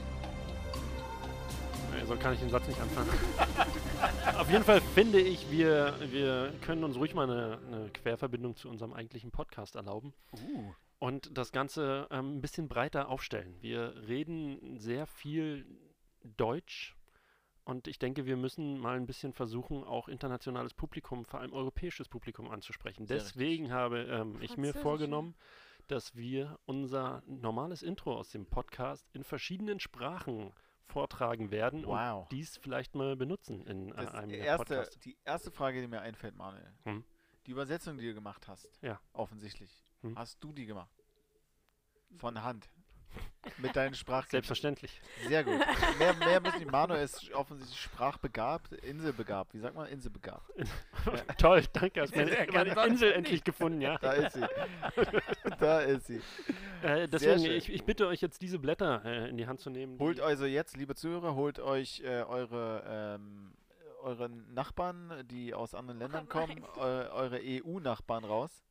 Nee, so kann ich den Satz nicht anfangen. Auf jeden Fall finde ich, wir, wir können uns ruhig mal eine, eine Querverbindung zu unserem eigentlichen Podcast erlauben. uh, Und das Ganze ähm, ein bisschen breiter aufstellen. Wir reden sehr viel Deutsch und ich denke, wir müssen mal ein bisschen versuchen, auch internationales Publikum, vor allem europäisches Publikum anzusprechen. Sehr Deswegen habe ähm, ich mir Französisch, vorgenommen, dass wir unser normales Intro aus dem Podcast in verschiedenen Sprachen vortragen werden wow. und dies vielleicht mal benutzen in äh, Das einem der erste, Podcasts. die erste Frage, die mir einfällt, Manuel. Hm. Die Übersetzung, die du gemacht hast, Ja. offensichtlich, Hm. hast du die gemacht? Von Hand. Mit deinen Sprachkenntnissen. Selbstverständlich. Sehr gut. Mehr, mehr müssen die. Manuel ist offensichtlich sprachbegabt, inselbegabt. Wie sagt man? Inselbegabt. Toll, danke. Hast Der meine, kann meine sonst Insel nicht. endlich gefunden, ja. Da ist sie. Da ist sie. Äh, deswegen, schön. ich, ich bitte euch jetzt diese Blätter äh, in die Hand zu nehmen. Holt die- also jetzt, liebe Zuhörer, holt euch äh, eure, ähm, eure Nachbarn, die aus anderen Ländern Oh kommen, mein eu, eure E U-Nachbarn raus.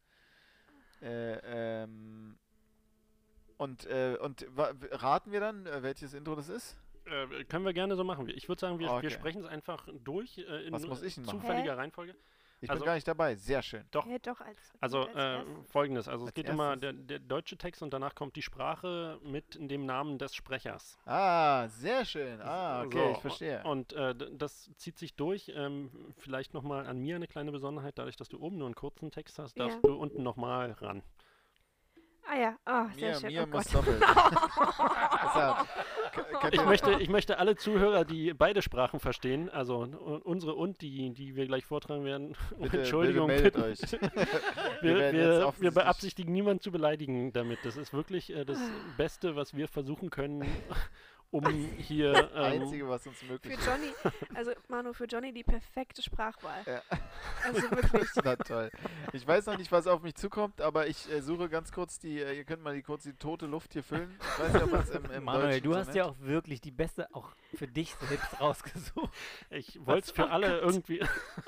Äh, ähm, und äh, und wa- w- raten wir dann, äh, welches Intro das ist? Äh, können wir gerne so machen. Ich würde sagen, wir, Okay. wir sprechen es einfach durch äh, in Was muss ich denn machen? zufälliger Hä? Reihenfolge. Ich Also- bin gar nicht dabei. Sehr schön. Doch. Ja, doch, als, Also als äh, erstes. folgendes, also es Als geht immer erstes. der, der deutsche Text und danach kommt die Sprache mit dem Namen des Sprechers. Ah, sehr schön. Ah, okay, So, ich verstehe. Und äh, d- das zieht sich durch. Ähm, vielleicht nochmal an mir eine kleine Besonderheit, dadurch, dass du oben nur einen kurzen Text hast, darfst Ja. du unten nochmal ran. Ah ja, oh, sehr Mir, schön. mir oh muss Gott. doppelt. Deshalb, k- könnt Ich ihr- möchte, ich möchte alle Zuhörer, die beide Sprachen verstehen, also n- unsere und die, die wir gleich vortragen werden, um bitte, Entschuldigung bitte meldet bitten. euch. Wir, werden jetzt wir, wir offensichtlich- beabsichtigen niemanden zu beleidigen damit. Das ist wirklich äh, das Beste, was wir versuchen können, um hier... Das Ähm, Einzige, was uns möglich Für Johnny, also Manu, für Johnny die perfekte Sprachwahl. Ja. Also wirklich. Na toll. Ich weiß noch nicht, was auf mich zukommt, aber ich äh, suche ganz kurz die, äh, ihr könnt mal die kurz die tote Luft hier füllen. Ich weiß nicht, ob man es im, im Manuel, Deutschen du so hast nennt. ja auch wirklich die beste, auch für dich selbst rausgesucht. ich wollte es für alle irgendwie...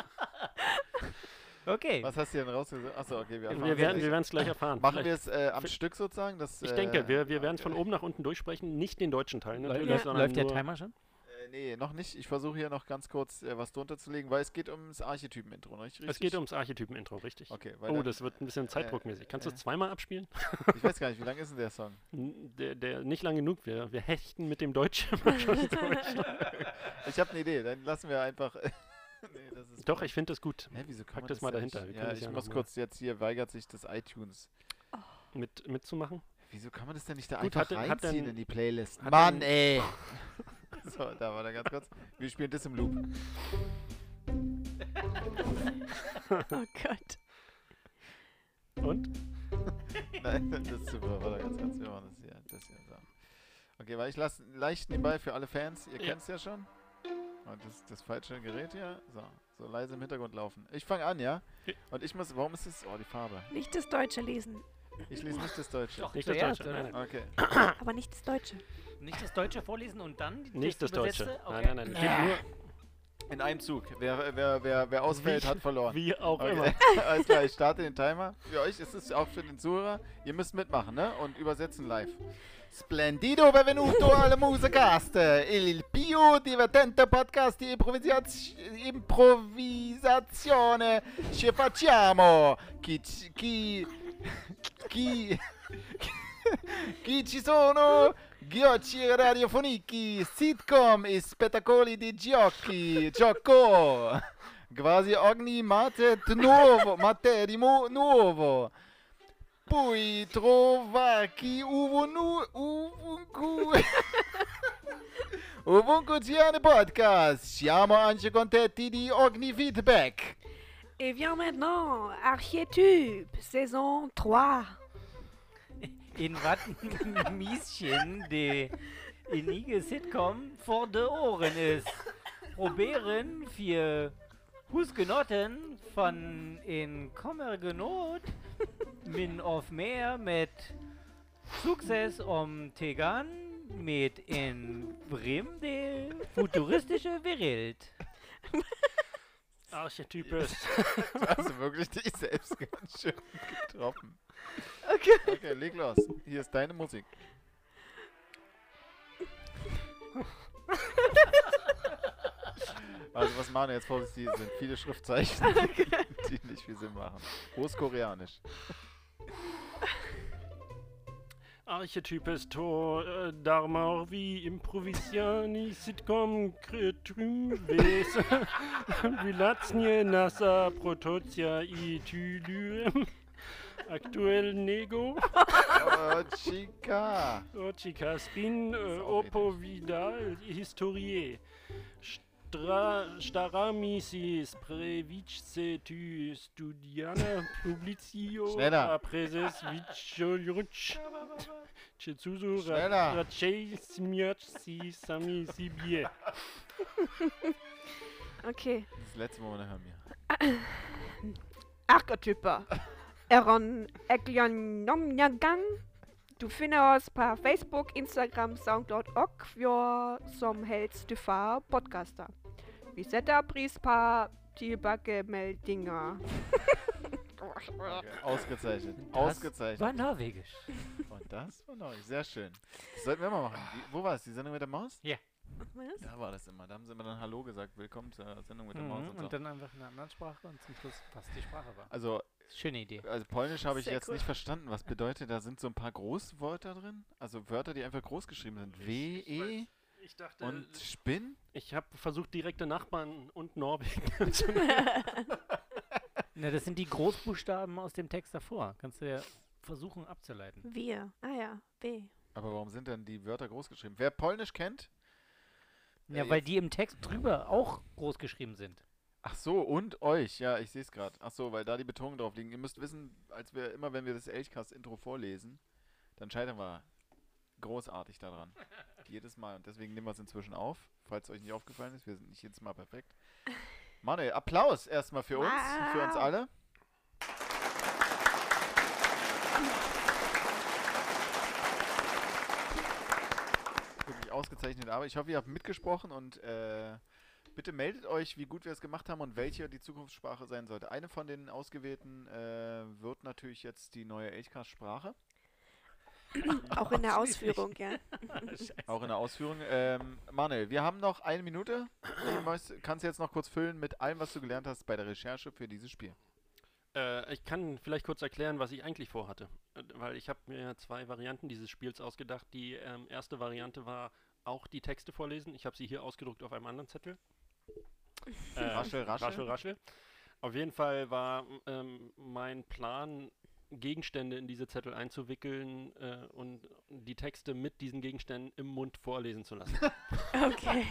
Okay. Was hast du denn rausgesucht? Achso, okay, wir erfahren wir es werden gleich. wir es gleich erfahren. Machen Vielleicht- wir es äh, am vi- Stück sozusagen? Das, Ich äh, denke, wir, wir werden es okay. von oben nach unten durchsprechen, nicht den deutschen Teil Läu- natürlich, Ja. sondern Läuft der nur... Timer schon? Äh, nee, noch nicht. Ich versuche hier noch ganz kurz äh, was drunter zu legen, weil es geht ums Archetypen-Intro, nicht richtig? Es geht ums Archetypen-Intro, richtig. Okay, weil Oh, dann, das wird ein bisschen äh, zeitdruckmäßig. Kannst du äh, es zweimal abspielen? Ich weiß gar nicht, wie lang ist denn der Song? N- Der, der nicht lang genug. Wir, wir hechten mit dem Deutschen mal schon durch. Ich habe eine Idee, dann lassen wir einfach... nee, das ist Doch, ich finde das gut. Hä, wieso kann pack man das mal denn dahinter, wir nicht- können Ja, das ich ja muss noch mal- kurz jetzt hier, weigert sich das iTunes. Mit, mitzumachen. Wieso kann man das denn nicht da Gut, einfach hat denn- hat reinziehen denn- in die Playlist? hat Mann, denn- ey! So, da war der ganz kurz. Wir spielen das im Loop. Oh Gott. Und? Nein, das ist super. Warte ganz kurz. Wir machen das hier. Das hier so. Okay, weil ich lasse leicht nebenbei für alle Fans. Ihr Ja. kennt es ja schon. Und das, das falsche Gerät hier. So, so leise im Hintergrund laufen. Ich fange an, ja? Ja. Und ich muss. Warum ist das? Oh, die Farbe. Nicht das Deutsche lesen, Ich lese nicht das Deutsche. Doch, Nicht das zuerst, Deutsche, oder? nein, nein. Okay. aber nicht das Deutsche. Nicht das Deutsche vorlesen und dann die Nicht das Deutsche. Übersetzte? Nein, Okay. nein, nein. Geht nur, In einem Zug. Wer, wer, wer, wer ausfällt, Wie- hat verloren. wie auch immer. Okay. Alles klar, ich starte den Timer. Für euch ist es auch für den Zuhörer. Ihr müsst mitmachen, ne? Und übersetzen live. Splendido, benvenuto alle musicast. Il più divertente podcast di improvvisaz- improvvisazione ci facciamo. Chi, ci- chi, chi, chi ci sono? Ghiocci radiofonici, sitcom e spettacoli di giochi, gioco. Quasi ogni mate nuovo, materia mu- nuovo. Puoi trovarci ovunque, ovunque, ovunque c'è podcast. Siamo anche contenti di ogni feedback. Et vient maintenant Archetype, saison trois. In wat ein Mieschen die innige Sitcom vor de Ohren ist. Probieren für Husgenotten von in Kommergenot min auf mehr mit Success um Tegan mit in Bremen de futuristische Welt. Archetyp ist. Du hast wirklich dich selbst ganz schön getroffen. Okay. Okay, leg los. Hier ist deine Musik. Also was machen wir jetzt vorsichtig, sind viele Schriftzeichen, die nicht viel Sinn machen. Großkoreanisch. Archetyp ist to äh, Dharma wie Improvisiani Sitcom Kretum Ves Vilacnie Nasa Prototia i Tylym Aktuell Nego Oh, Chica. Otika Spin äh, auch Opo Vidal Historie Stra Staramisis Previce tu Studiana Publicio Schneller. Apreses Vicholuch Chetsuzu Schneller. Rachei Simiach Si Sami Sibie. Okay. Das letzte Mal ohne Hörmir. Archetyper. Eron Eglionomnyagang. Du findest oss på Facebook, Instagram, Soundcloud och för som helst du får podcaster. Vi sätter pris på tillbakemeldingar. Okay. Ausgezeichnet. Das Ausgezeichnet. war norwegisch. Und das war neu. Sehr schön. Das sollten wir immer machen. Die, wo war es? Die Sendung mit der Maus? Was? Da war das immer. Da haben sie immer dann Hallo gesagt. Willkommen zur Sendung mit der Maus Mhm. und so. Und dann einfach in einer anderen Sprache und zum Schluss, was die Sprache war. Also, Schöne Idee. also Polnisch habe ich Sehr jetzt cool. nicht verstanden. Was bedeutet, da sind so ein paar Großwörter drin? Also Wörter, die einfach groß geschrieben sind. W, E Ich dachte, und Spinn? ich habe versucht, direkte Nachbarn und Norwegen zu Na, das sind die Großbuchstaben aus dem Text davor. Kannst du ja versuchen abzuleiten. Wir. Ah ja, W. Aber warum sind denn die Wörter groß geschrieben? Wer Polnisch kennt? Ja, Äh, weil jetzt- die im Text drüber auch groß geschrieben sind. Ach so, und euch. Ja, ich sehe es gerade. Ach so, weil da die Betonung drauf liegen. Ihr müsst wissen, als wir immer, wenn wir das Elchcast-Intro vorlesen, dann scheitern wir großartig daran. Jedes Mal. Und deswegen nehmen wir es inzwischen auf, falls euch nicht aufgefallen ist. Wir sind nicht jedes Mal perfekt. Manuel, Applaus erstmal für uns, Wow. für uns alle. Wirklich ausgezeichnete Arbeit. Ich hoffe, ihr habt mitgesprochen und äh, bitte meldet euch, wie gut wir es gemacht haben und welche die Zukunftssprache sein sollte. Eine von den ausgewählten äh, wird natürlich jetzt die neue Elchcast-Sprache. Auch in der Ausführung, ja. Auch in der Ausführung. Ähm, Manuel, wir haben noch eine Minute. Du möchtest- kannst jetzt noch kurz füllen mit allem, was du gelernt hast bei der Recherche für dieses Spiel. Äh, ich kann vielleicht kurz erklären, was ich eigentlich vorhatte. Äh, weil ich habe mir zwei Varianten dieses Spiels ausgedacht. Die ähm, erste Variante war auch die Texte vorlesen. Ich habe sie hier ausgedruckt auf einem anderen Zettel. Äh, Raschel, raschel. Raschel, raschel. Auf jeden Fall war ähm, mein Plan, Gegenstände in diese Zettel einzuwickeln äh, und die Texte mit diesen Gegenständen im Mund vorlesen zu lassen. Okay.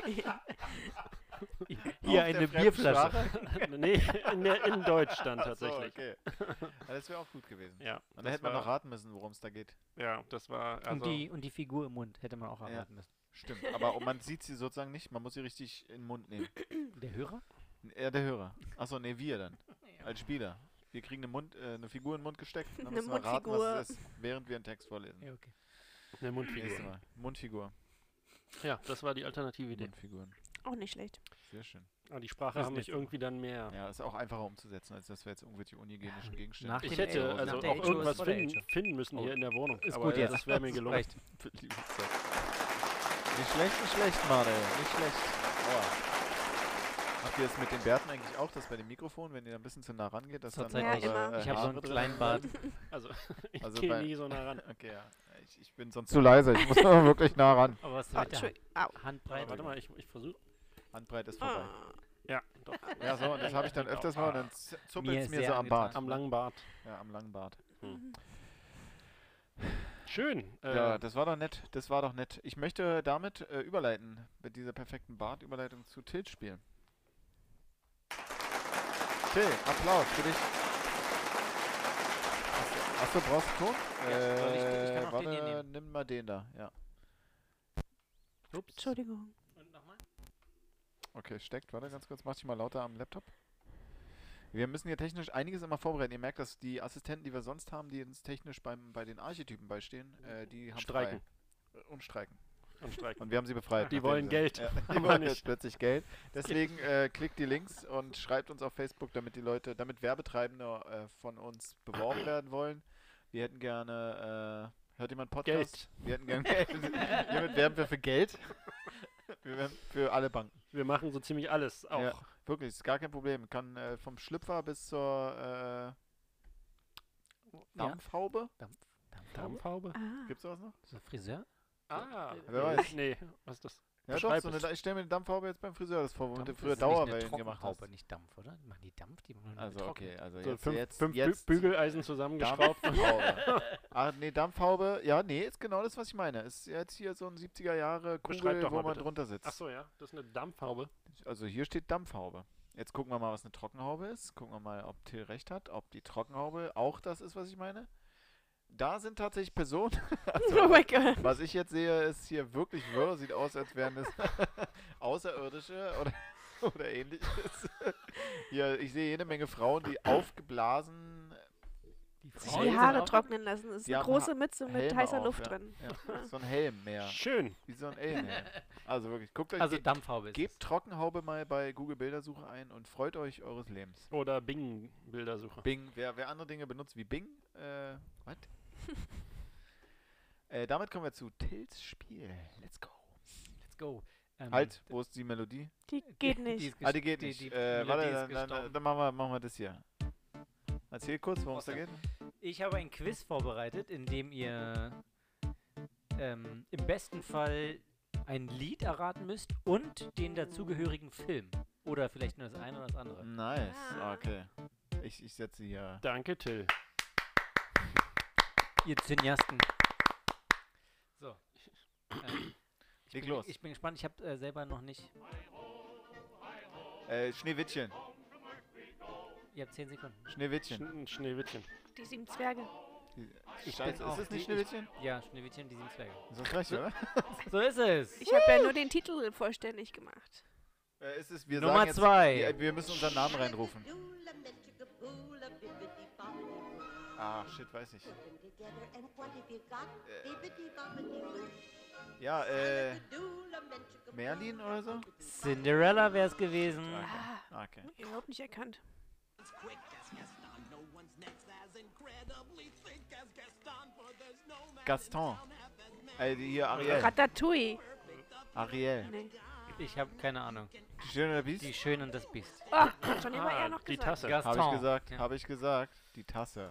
Hier Auf eine der Bierflasche. Fremdsprache? nee, in, der, in Deutsch stand Ach so, tatsächlich. okay. Ja, das wäre auch gut gewesen. Ja, Und da das hätte man war- noch raten müssen, worum es da geht. Ja, das war also Und, die, und die Figur im Mund hätte man auch Ja. erraten müssen. Stimmt, aber und man sieht sie sozusagen nicht, man muss sie richtig in den Mund nehmen. Der Hörer? Ja, der Hörer. Achso, nee, wir dann. Als Spieler. Wir kriegen eine, Mund, äh, eine Figur in den Mund gesteckt und dann Eine müssen wir raten, Mundfigur. was es ist, während wir einen Text vorlesen. Ja, okay. eine Nächstes Mundfigur. Mal. Mundfigur. Ja, das war die alternative Idee. Mundfiguren. Auch nicht schlecht. Sehr schön. Ah, die Sprache Das haben mich nächste Mal. irgendwie dann mehr. Ja, ist auch einfacher umzusetzen, als dass wir jetzt irgendwelche unhygienischen Gegenstände. Nach Ich dem hätte Age- also nach der auch Age irgendwas ist vor der finden, Age. finden müssen Oh. hier in der Wohnung. Ist aber gut äh, jetzt. das wäre mir gelungen. Reicht. Nicht schlecht, nicht schlecht, Manuel. Nicht schlecht. Aua. Habt ihr das mit den Bärten eigentlich auch, dass bei dem Mikrofon, wenn ihr ein bisschen zu nah rangeht, dass dann Zurzeit Ja, nicht. immer. äh, Ich habe so Haare einen drin kleinen sind? Bart. Also ich Also gehe bei- nie so nah ran. Okay, ja. Ich, ich bin sonst zu leise. Ich muss aber wirklich nah ran. Aber was Oh, mit der Entschuldigung. Au. Aber Handbreite? warte mal, ich, ich versuche. Handbreit ist vorbei. Ah. Ja, doch. Ja, so, und das habe ich dann öfters mal und dann z- zuppelt Mir es ist mir sehr so am angetan. Bart. Am langen Bart. Ja, am langen Bart. Schön. Äh, Ja, das war doch nett. Das war doch nett. Ich möchte damit äh, überleiten, mit dieser perfekten Bart-Überleitung zu Tills Spiel. Till, Applaus für dich. Achso, brauchst du Ton? Ja, soll ich- ich kann Äh, auch den hier warte, nehmen. nimm mal den da, ja. ups. Entschuldigung. Und nochmal? Okay, steckt. Warte ganz kurz. Mach dich mal lauter am Laptop. Wir müssen hier technisch einiges immer vorbereiten. Ihr merkt, dass die Assistenten, die wir sonst haben, die uns technisch beim, bei den Archetypen beistehen, äh, die haben Streiken. frei. Äh, Und streiken. Am Streiken. Und wir haben sie befreit. Die nachdem wollen sie- Geld. Ja, Aber die wollen nicht. jetzt plötzlich Geld. Deswegen äh, klickt die Links und schreibt uns auf Facebook, damit die Leute, damit Werbetreibende äh, von uns beworben werden wollen. Wir hätten gerne, äh, hört jemand Podcast? Geld. Wir hätten gerne Geld. Hiermit werben wir für Geld. Wir werben für alle Banken. Wir machen so ziemlich alles auch. Ja, wirklich, ist gar kein Problem. Kann äh, vom Schlüpfer bis zur äh, Dampfhaube. Dampf. Dampf. Dampfhaube? Ah. Gibt's sowas noch? So Friseur? Ah, Wer nee, weiß. nee, was ist das? Ja, doch, Beschreib so eine, es. Da- ich stelle mir eine Dampfhaube jetzt beim Friseur das vor, wo du Dampf früher ist nicht eine Dauerwellen gemacht hast. Trockenhaube, nicht Dampf, oder? Machen die Dampf? Die machen Also getrocknet. okay, also So jetzt, fünf, jetzt, fünf Bü jetzt Bügeleisen zusammengeschraubt. Dampfhaube. Ah, nee, Dampfhaube, ja, nee, ist genau das, was ich meine. Ist jetzt hier so ein siebziger Jahre Beschreib Kugel, doch wo mal man bitte. drunter sitzt. Achso, ja, das ist eine Dampfhaube. Also hier steht Dampfhaube. Jetzt gucken wir mal, was eine Trockenhaube ist. Gucken wir mal, ob Till recht hat, ob die Trockenhaube auch das ist, was ich meine. Da sind tatsächlich Personen. Also, Oh mein Gott. was ich jetzt sehe, ist hier wirklich wirr. Sieht aus, als wären es Außerirdische oder, oder ähnliches. Hier, ich sehe jede Menge Frauen, die aufgeblasen. Die Sich Frauen die sind Haare auch- trocknen lassen. Das ist Die eine haben große Ha- Mütze mit Helme heißer auf, Luft ja. drin. Ja, so ein Helm mehr. Schön. Wie so ein Alien. Also wirklich, guckt euch, Also ge Dampfhaube ist gebt Trockenhaube mal bei Google Bildersuche ein und freut euch eures Lebens. Oder Bing-Bildersuche. Bing, wer, wer andere Dinge benutzt wie Bing, äh, what? äh, damit kommen wir zu Tills Spiel. Let's go. es. Let's go. Ähm, Halt, wo ist die Melodie? Die geht Die nicht. ist Ah, die gest- geht nicht. Die, äh, Melodie warte, ist dann, dann, gestorben. dann machen, wir, machen wir das hier. Erzähl kurz, worum es da geht. Ich habe ein Quiz vorbereitet, in dem ihr ähm, im besten Fall ein Lied erraten müsst und den dazugehörigen Film. Oder vielleicht nur das eine oder das andere. Nice, Ah. okay. Ich, ich setze hier. Danke, Till. Ihr Cineasten. So. Ähm, ich, Leg bin, los. ich bin gespannt, ich habe äh, selber noch nicht. Äh, Schneewittchen. Ihr habt zehn Sekunden. Schneewittchen. Sch Schneewittchen. Die sieben Zwerge. Die- Ich Scheiße, bin ist auch es nicht die- Schneewittchen? Ja, Schneewittchen und die sieben Zwerge. Das ist recht, oder? So ist es. Ich habe ja nur den Titel vollständig gemacht. Äh, ist es, wir Nummer sagen jetzt, zwei. Wir, wir müssen unseren Namen reinrufen. Ah, shit, weiß ich. Ja, äh, Merlin oder so? Cinderella wäre es gewesen. Ah, Okay. überhaupt nicht erkannt. Gaston. Äh, die hier Ariel. Ratatouille. Ariel. Nee. Ich habe keine Ahnung. Die Schöne und der Biest? Die Schöne und das Biest. Oh, hat schon immer Ah, eher noch die gesagt. Tasse. Gaston. Habe ich gesagt, Ja. habe ich gesagt. Die Tasse.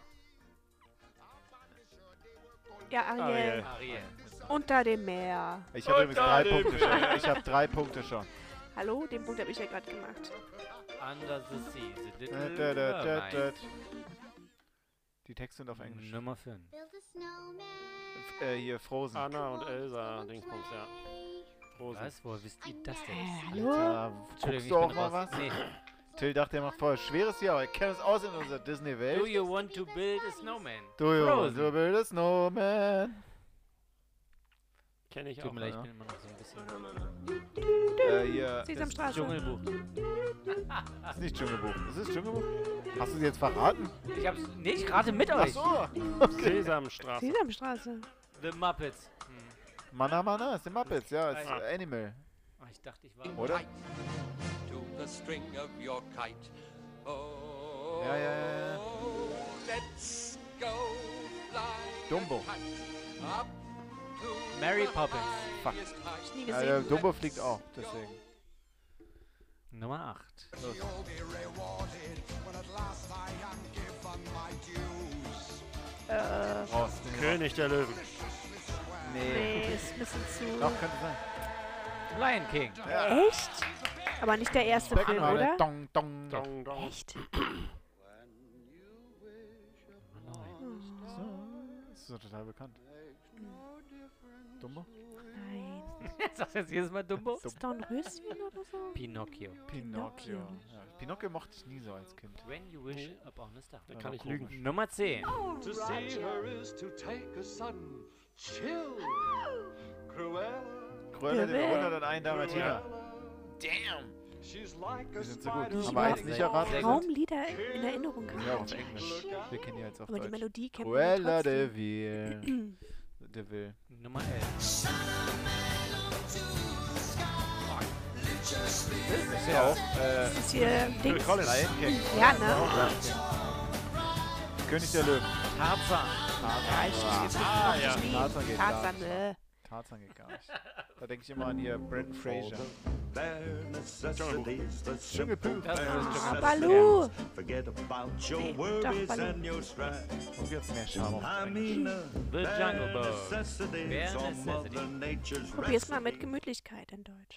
Ja, Ariel. Ariel. Ariel. Unter dem Meer. Ich habe übrigens drei dem Punkte schon. Ich habe drei Punkte schon. Hallo, den Punkt habe ich ja gerade gemacht. Under the Sea. The Äh, Little da, da, da, Mermaid. da. Die Texte sind auf Englisch. Nummer fünf. F äh, hier, Frozen. Anna und Elsa, Dingsbums, ja. Frozen. Was? Woher wisst ihr das denn? Äh, hallo? Alter, Entschuldigung, guckst ich du auch bin mal raus. was? Nee. Till dachte, er macht voll schweres hier, aber er kennt es aus in unserer Do Disney-Welt. you want to build a snowman? Do you want Frozen. to build a snowman? Kenne ich Tut auch. mir leid, ja. ich bin immer noch so ein bisschen... Äh, hier. Sesamstraße. Dschungelbuch. Das ist nicht Dschungelbuch. Das ist Dschungelbuch? Hast du sie jetzt verraten? Ich hab's nicht gerade mit Ach euch. so. Sesamstraße. Sesamstraße. The Muppets. Hm. Mana Mana, ist die Muppets, ja, ist Ah. äh, Animal. Oh, ich dachte, ich war... Oder? To the string of your kite. Oh, Ja, ja, ja, ja. let's go fly Dumbo. the kite up to Mary the Poppins. Fuck. highest height. Ich nie Ja, gesehen. der Dumbo fliegt auch, deswegen. Nummer acht. Äh, Raus. Nee, König der Löwen. nee. nee, ist ein bisschen zu... Doch, könnte sein. Lion King. Ja. Echt? Aber nicht der erste Back Film, in oder? Dong, dong. Dong, dong. Echt? Das ist doch total bekannt. Dumbo? Nein. Sagst du jetzt jedes Mal Dumbo? Ist da ein Röschen oder so? Pinocchio. Pinocchio. Ja. Pinocchio mochte ich nie so als Kind. When you wish upon a star. Da kann ich komisch. lügen. Nummer zehn. To see her is to take a sudden chill. Cruella, Cruella, den Ja, hundertundeins Dalmatiner. damn. She's like a Die sind so gut. spider. Haben wir eins nicht erraten? Sehr Kaum Lieder in Erinnerung Ja, gehabt. auf Englisch. Wir kennen die jetzt auf Aber die Deutsch. Melodie kennt man Cruella trotzdem. de Vil. De Vil. Nummer elf. Das ist ja auch. Äh, Das ist hier Dings. Lion King. Ja, ne? König der Löwen. Tarzan. Ja, ich ich- Ah, ich- ja. ich- Tarzan geht gar Tarzan, nicht. äh. Tarzan geht gar nicht. Da denke ich immer an hier Brendan Fraser. Bare necessities, the simple Dschungelbuch. Das ist bare Ah, Dschungelbuch. Baloo. Forget about your Nee, doch, worries Baloo. and your strife. Und jetzt mehr Charme auf I Englisch. mean, uh, The bare Jungle Book. necessities Bare are necessity. Mother Nature's Probier's mal mit recipe. Gemütlichkeit in Deutsch.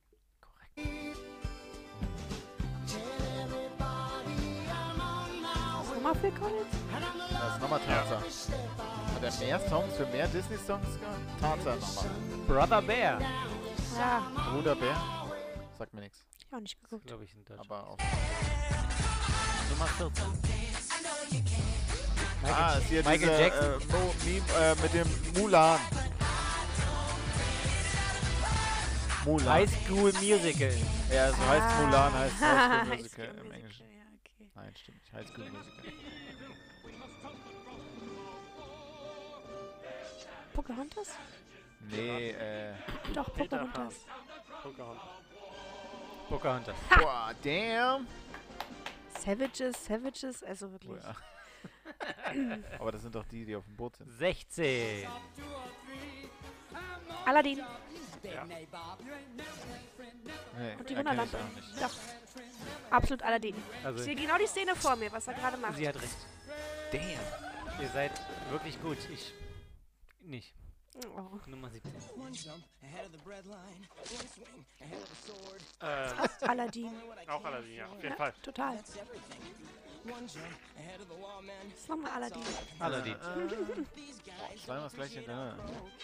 Was nochmal Phil Collins? Das ist nochmal Tarzan. Hat er mehr Songs für mehr Disney-Songs gehabt? Tarzan nochmal. Brother Bear. Ja, Bruder Bär? Sagt mir nichts. ich auch nicht geguckt. Glaube ich in Deutsch. Aber auch. Nummer vierzehn. Ah, ist hier Michael diese, Jackson? Äh, Mo Meme äh, mit dem Mulan. Mulan. High School Musical. Ja, so heißt Mulan, heißt High School High Musical School im Musical, Englischen. ja, okay. Nein, stimmt nicht. High School Musical. Pocahontas? Nee, äh. Doch, Peter Pan. Pocahontas. Pocahontas. Pocahontas. Boah, damn. Savages, Savages, also Oh, wirklich. ja. Aber das sind doch die, die auf dem Boot sind. sechzehn. Aladdin Nee, und die erkenn ich Wunderlampe. auch nicht. Doch. Absolut Aladdin. Ich Also, sehe genau die Szene vor mir, was er gerade macht. sie hat recht. Damn. Ihr seid wirklich gut. Ich nicht. Oh. Nummer siebzehn. Äh, Aladdin. auch Aladdin, ja, auf jeden Ja, Fall. total. Das ist nochmal Aladdin. Aladdin. Zweimal das gleiche hintereinander.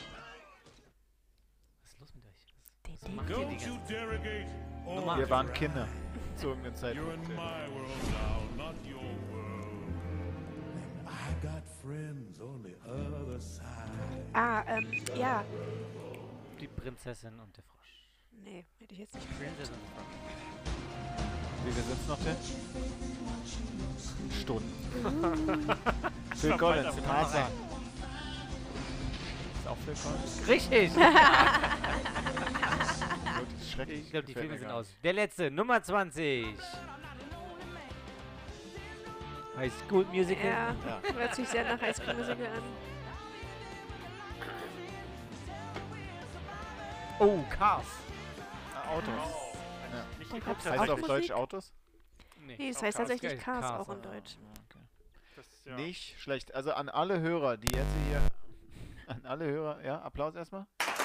Was ist los mit euch? Den, Was den. macht ihr die ganze Don't you derogate. Oh, Nummer Wir waren Kinder. Zu irgendeinem you're Zeitpunkt. in my world now, not your world. I got friends on the other side. Ah, ähm, ja. Die Prinzessin und der Frosch. Nee, hätte ich jetzt nicht gesagt. Prinzessin und der Frosch. Wie viel sind's noch, Tim? Stunden. Phil Collins, Tarzan. Ist auch Phil Collins? Richtig! Wirklich schrecklich. Ich glaube, die Gefällt Filme mir sind gar aus. Der letzte, Nummer zwanzig. High School Musical. Ja, Ja. hört sich sehr nach High School Musical an. Oh, Cars. Ah, Autos. Nicht Und geguckt, hab's Heißt auch es auf Musik? Deutsch Autos? Nee, es auch heißt Cars. tatsächlich Cars, Cars, auch in ja. Deutsch. Ah, okay. Das, ja. Nicht schlecht. Also an alle Hörer, die jetzt hier... An alle Hörer, ja, Applaus erstmal.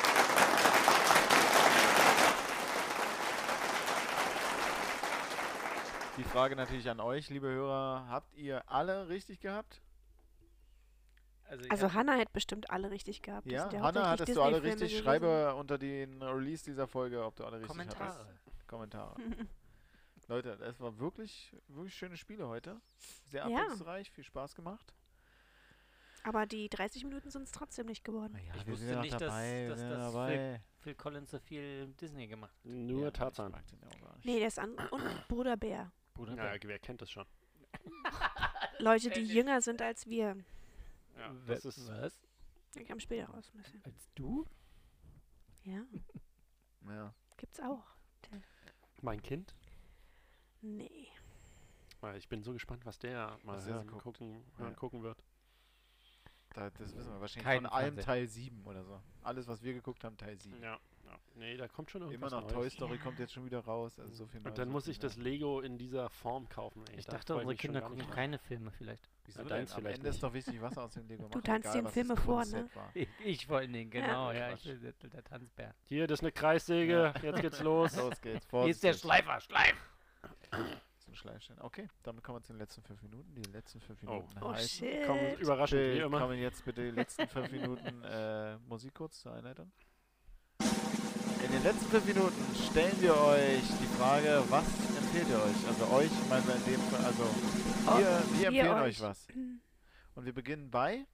Die Frage natürlich an euch, liebe Hörer. Habt ihr alle richtig gehabt? Also, ich Also hab- Hanna hätte bestimmt alle richtig gehabt. Die Ja, sind ja Hanna, hauptsächlich hattest du alle Disney-Filme richtig? gewesen. Schreibe unter den Release dieser Folge, ob du alle richtig hattest. Kommentare. Kommentare. Leute, es war wirklich, wirklich schöne Spiele heute. Sehr Ja. abwechslungsreich, viel Spaß gemacht. Aber die dreißig Minuten sind es trotzdem nicht geworden. Ja, Ich wir wusste sind ja noch nicht, dass- dabei, dass wir sind ja das dabei. Phil Collins so viel Disney gemacht hat. Nur Ja, Tarzan. ich mag den auch gar nicht. Nee, der ist an. Und Bruder Bär. Bruder Ja, Bär. wer kennt das schon? Leute, die jünger sind als wir. Ja, Wer- das ist Was? Ich kam später raus ein bisschen. Als du? Ja, Ja. gibt's auch. mein Kind. Nee. Weil Ich bin so gespannt, was der mal Was der so hören, guckt. gucken, hören, Ja. gucken wird. Da, das wissen wir wahrscheinlich Kein von allem Fernseher. Teil sieben oder so. Alles, was wir geguckt haben, Teil sieben. Ja, ja. Nee, da kommt schon Immer irgendwas noch Toy Neues. Story kommt jetzt schon wieder raus. Also so viel Und Neues dann wird muss nicht ich das mehr. Lego in dieser Form kaufen. Ey. Ich Da dachte, freu unsere mich schon Kinder gar gucken nicht drauf. keine Filme vielleicht. Wieso Ja, denn? deins Am vielleicht Ende ist nicht. doch wichtig, was aus dem Lego macht. tanzt egal, dem was Filme das vor, Grundset ne? war. Ich, ich vor allen Dingen, genau. Ja, Quatsch. ich bin der, der Tanzbär. Hier, das ist eine Kreissäge. Jetzt geht's los. Los geht's. Hier ist der Vorsichtig. Schleifer, Schleif! Zum Schleifstein. Okay, damit kommen wir zu den letzten fünf Minuten. Die letzten fünf Oh. Minuten Oh heißen... shit. Komm, überraschend, wie Bitte immer. kommen jetzt bitte die letzten fünf Minuten äh, Musik kurz zur Einleitung. In den letzten fünf Minuten stellen wir euch die Frage, was empfehlt ihr euch? Also euch, meinen wir in dem Fall, also Oh, wir, wir wir empfehlen euch. euch was. Und wir beginnen bei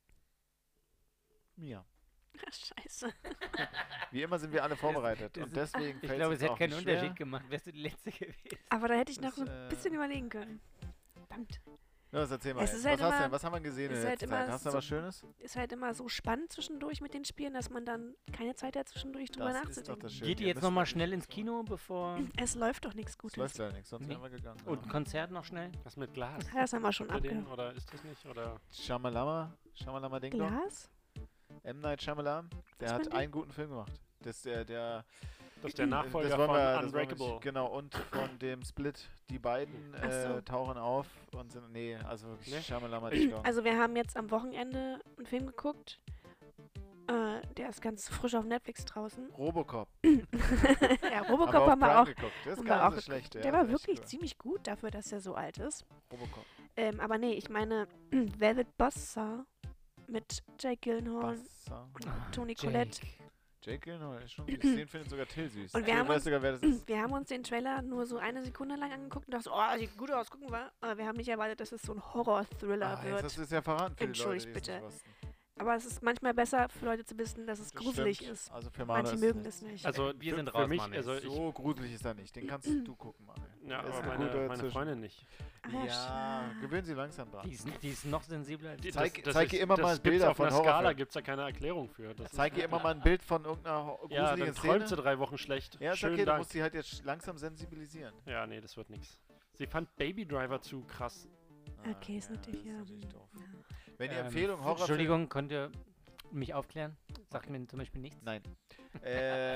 mir. Ach, scheiße. Wie immer sind wir alle vorbereitet das und ist- deswegen Ich fällt glaube, es es hätte auch keinen nicht schwer. Unterschied gemacht, wärst du die Letzte gewesen. Aber da hätte ich noch Das, so ein äh, bisschen überlegen können. Verdammt. Los, erzähl mal. Es jetzt. ist Was halt hast du immer- denn? Was haben wir gesehen in ist der halt letzten Zeit? immer Hast du da was so- Schönes? Ist halt immer so spannend zwischendurch mit den Spielen, dass man dann keine Zeit hat, zwischendurch drüber Das ist doch nachzudenken. das Schöne. Geht ihr Ihr jetzt müsst nochmal wirklich schnell ins gucken. Kino, bevor... Es läuft doch nichts Es Gutes. läuft leider nichts, sonst Nee. wären wir gegangen. Und ja. ein Konzert noch schnell? Was mit Glas? Das haben wir schon Habt ihr den, abgehört. oder ist das nicht? Oder Shamalama, Shamalama Ding Dong. Glas? M. Night Shyamalan, der Was hat meinen die? einen guten Film gemacht. Das ist der, der das ist der Nachfolger das wollen von wir, das wollen wir Unbreakable. nicht, genau, und von dem Split. Die beiden Ach so. äh, tauchen auf und sind, nee, also wirklich Nee? Shamalama Ich- Ding Dong. Also wir haben jetzt am Wochenende einen Film geguckt. Äh, der ist ganz frisch auf Netflix draußen. Robocop. ja, Robocop Aber auf haben wir Prime auch. geguckt. Das ist haben wir gar auch nicht so schlecht. Der ja, war ist echt wirklich cool. ziemlich gut dafür, dass er so alt ist. Robocop. Ähm, aber nee, ich meine Velvet Buzzsaw mit Jake Gyllenhaal Bassa. und Toni Collette. Jake. Jake Gyllenhaal ist schon süß. Den findet sogar Till süß. Und wir Till haben weiß uns- sogar, wer das ist. Wir haben uns den Trailer nur so eine Sekunde lang angeguckt und dachten, so, oh, sieht gut aus, gucken wir. Aber wir haben nicht erwartet, dass es so ein Horror-Thriller Ah, jetzt wird. hast du es ja verraten für die Leute, Entschuldigt die es bitte. nicht wussten. Aber es ist manchmal besser für Leute zu wissen, dass es Das gruselig stimmt. ist. Also für Manu Manche ist mögen es das nicht. Also Wir für, sind für raus, mich, Mann, also ey. ich, so gruselig ist er nicht. Den kannst du gucken, Mann. ja, Der ist aber eine meine, gute meine zwischen- Freundin nicht. Ah, Ja, schade. gewöhnen Sie langsam dran. Die ist, die ist noch sensibler als Die- ich. Zeig- das zeig ihr immer das mal gibt's Bilder auf von einer Skala Horrorfilmen. gibt es ja keine Erklärung für. Das Zeig ist, ihr immer mal ein Bild von irgendeiner ho- ja, dann gruseligen träumt sie Szene. drei Wochen schlecht. Ja, ist Schönen okay, du Dank. musst sie halt jetzt langsam sensibilisieren. Ja, nee, das wird nichts. Sie fand Baby Driver zu krass. Okay, ist natürlich, ja, das ist natürlich hm, doof. ja. Wenn ihr Ähm, Empfehlung Horrorfilm... Entschuldigung, könnt ihr mich aufklären? Sagt mir zum Beispiel nichts? Nein. ähm,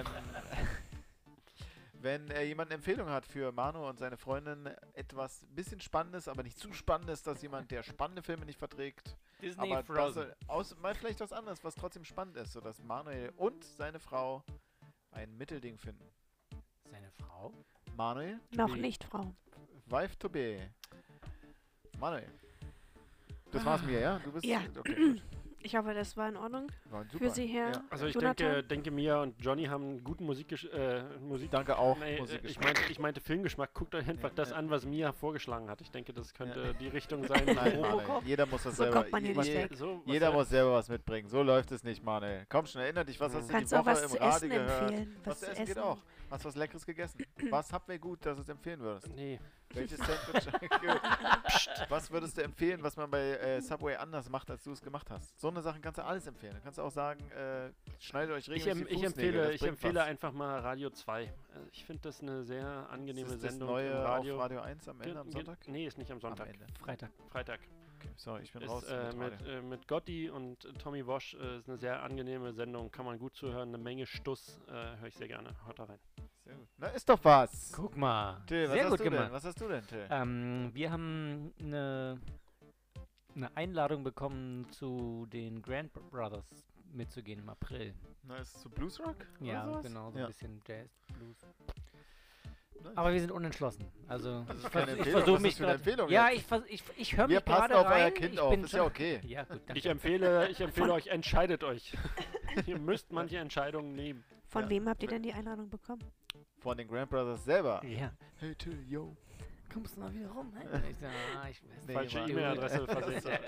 wenn äh, jemand eine Empfehlung hat für Manu und seine Freundin, etwas bisschen Spannendes, aber nicht zu Spannendes, dass jemand, der spannende Filme nicht verträgt, Disney aber das, Frozen. soll- aus, mal vielleicht was anderes, was trotzdem spannend ist, sodass Manuel und seine Frau ein Mittelding finden. Seine Frau? Manuel, Noch be. nicht, Frau. Wife to be. Manuel. Das war's mir, ja? Du bist Ja. okay, gut. Ich hoffe, das war in Ordnung War super. für Sie, Herr Ja. Also ich Jonathan? denke, denke, Mia und Johnny haben einen guten Musikgesch äh, Musik. Danke auch. Nee, äh, ich, Musikgeschmack. meinte, ich meinte Filmgeschmack. Guckt euch einfach Ja, das ja. an, was Mia vorgeschlagen hat. Ich denke, das könnte Ja. die Richtung sein. Nein, wo- Manuel, jeder muss was So selber. kommt man hier je- nicht je- weg. so, was Jeder er- muss selber was mitbringen. So läuft es nicht, Manuel. Komm schon, erinnere dich, was hast du Kannst die auch Woche was im zu Radio essen gehört? empfehlen. Was zu essen geht auch. Hast du was Leckeres gegessen? Was habt ihr gut, dass du es empfehlen würdest? Nee, Welches Sandwich? Psst. Was würdest du empfehlen, was man bei äh, Subway anders macht, als du es gemacht hast? So eine Sache kannst du alles empfehlen. Du kannst auch sagen, äh, schneidet euch ich, regelmäßig em die ich Fußnägel, empfehle, das ich bringt empfehle was. einfach mal Radio zwei. Also ich finde das eine sehr angenehme Ist das das Sendung neue im Radio. auf Radio eins am Ende Ge- am ge- Sonntag? Nee, ist nicht am Sonntag. Am Ende. Freitag. Freitag. Okay, sorry, ich bin Ist, raus. äh, mit mit, Radio. äh, mit Gotti und äh, Tommy Walsh äh, ist eine sehr angenehme Sendung, kann man gut zuhören, eine Menge Stuss, äh, höre ich sehr gerne. Haut da rein. Sehr gut. Na, ist doch was. Guck mal. Till, was Sehr hast gut du gemacht. denn? Was hast du denn, Till? Ähm, wir haben eine, eine Einladung bekommen, zu den Grand Brothers mitzugehen im April. Na, ist es so Bluesrock? Ja, oder sowas? genau, so Ja. ein bisschen Jazz, Blues. Nice. Aber wir sind unentschlossen. Also, Das ist ich, keine vers- ich Empfehlung, versuche was mich ist das für eine gerade. Empfehlung Ja, jetzt? ich, vers- ich, ich höre Wir mich passen gerade auf rein. euer Kind ich auf, bin ist ja schon- okay. Ja, gut, danke. Ich empfehle, ich empfehle euch, entscheidet euch. Ihr müsst manche Entscheidungen nehmen. Von Ja. wem habt ihr denn die Einladung bekommen? Von den Grand Brothers selber. Ja. Hey Till, yo. Kommst du mal wieder rum? Hä? Ich sag, ah, ich weiß Nee, Falsche Mann. E-Mail-Adresse versehen.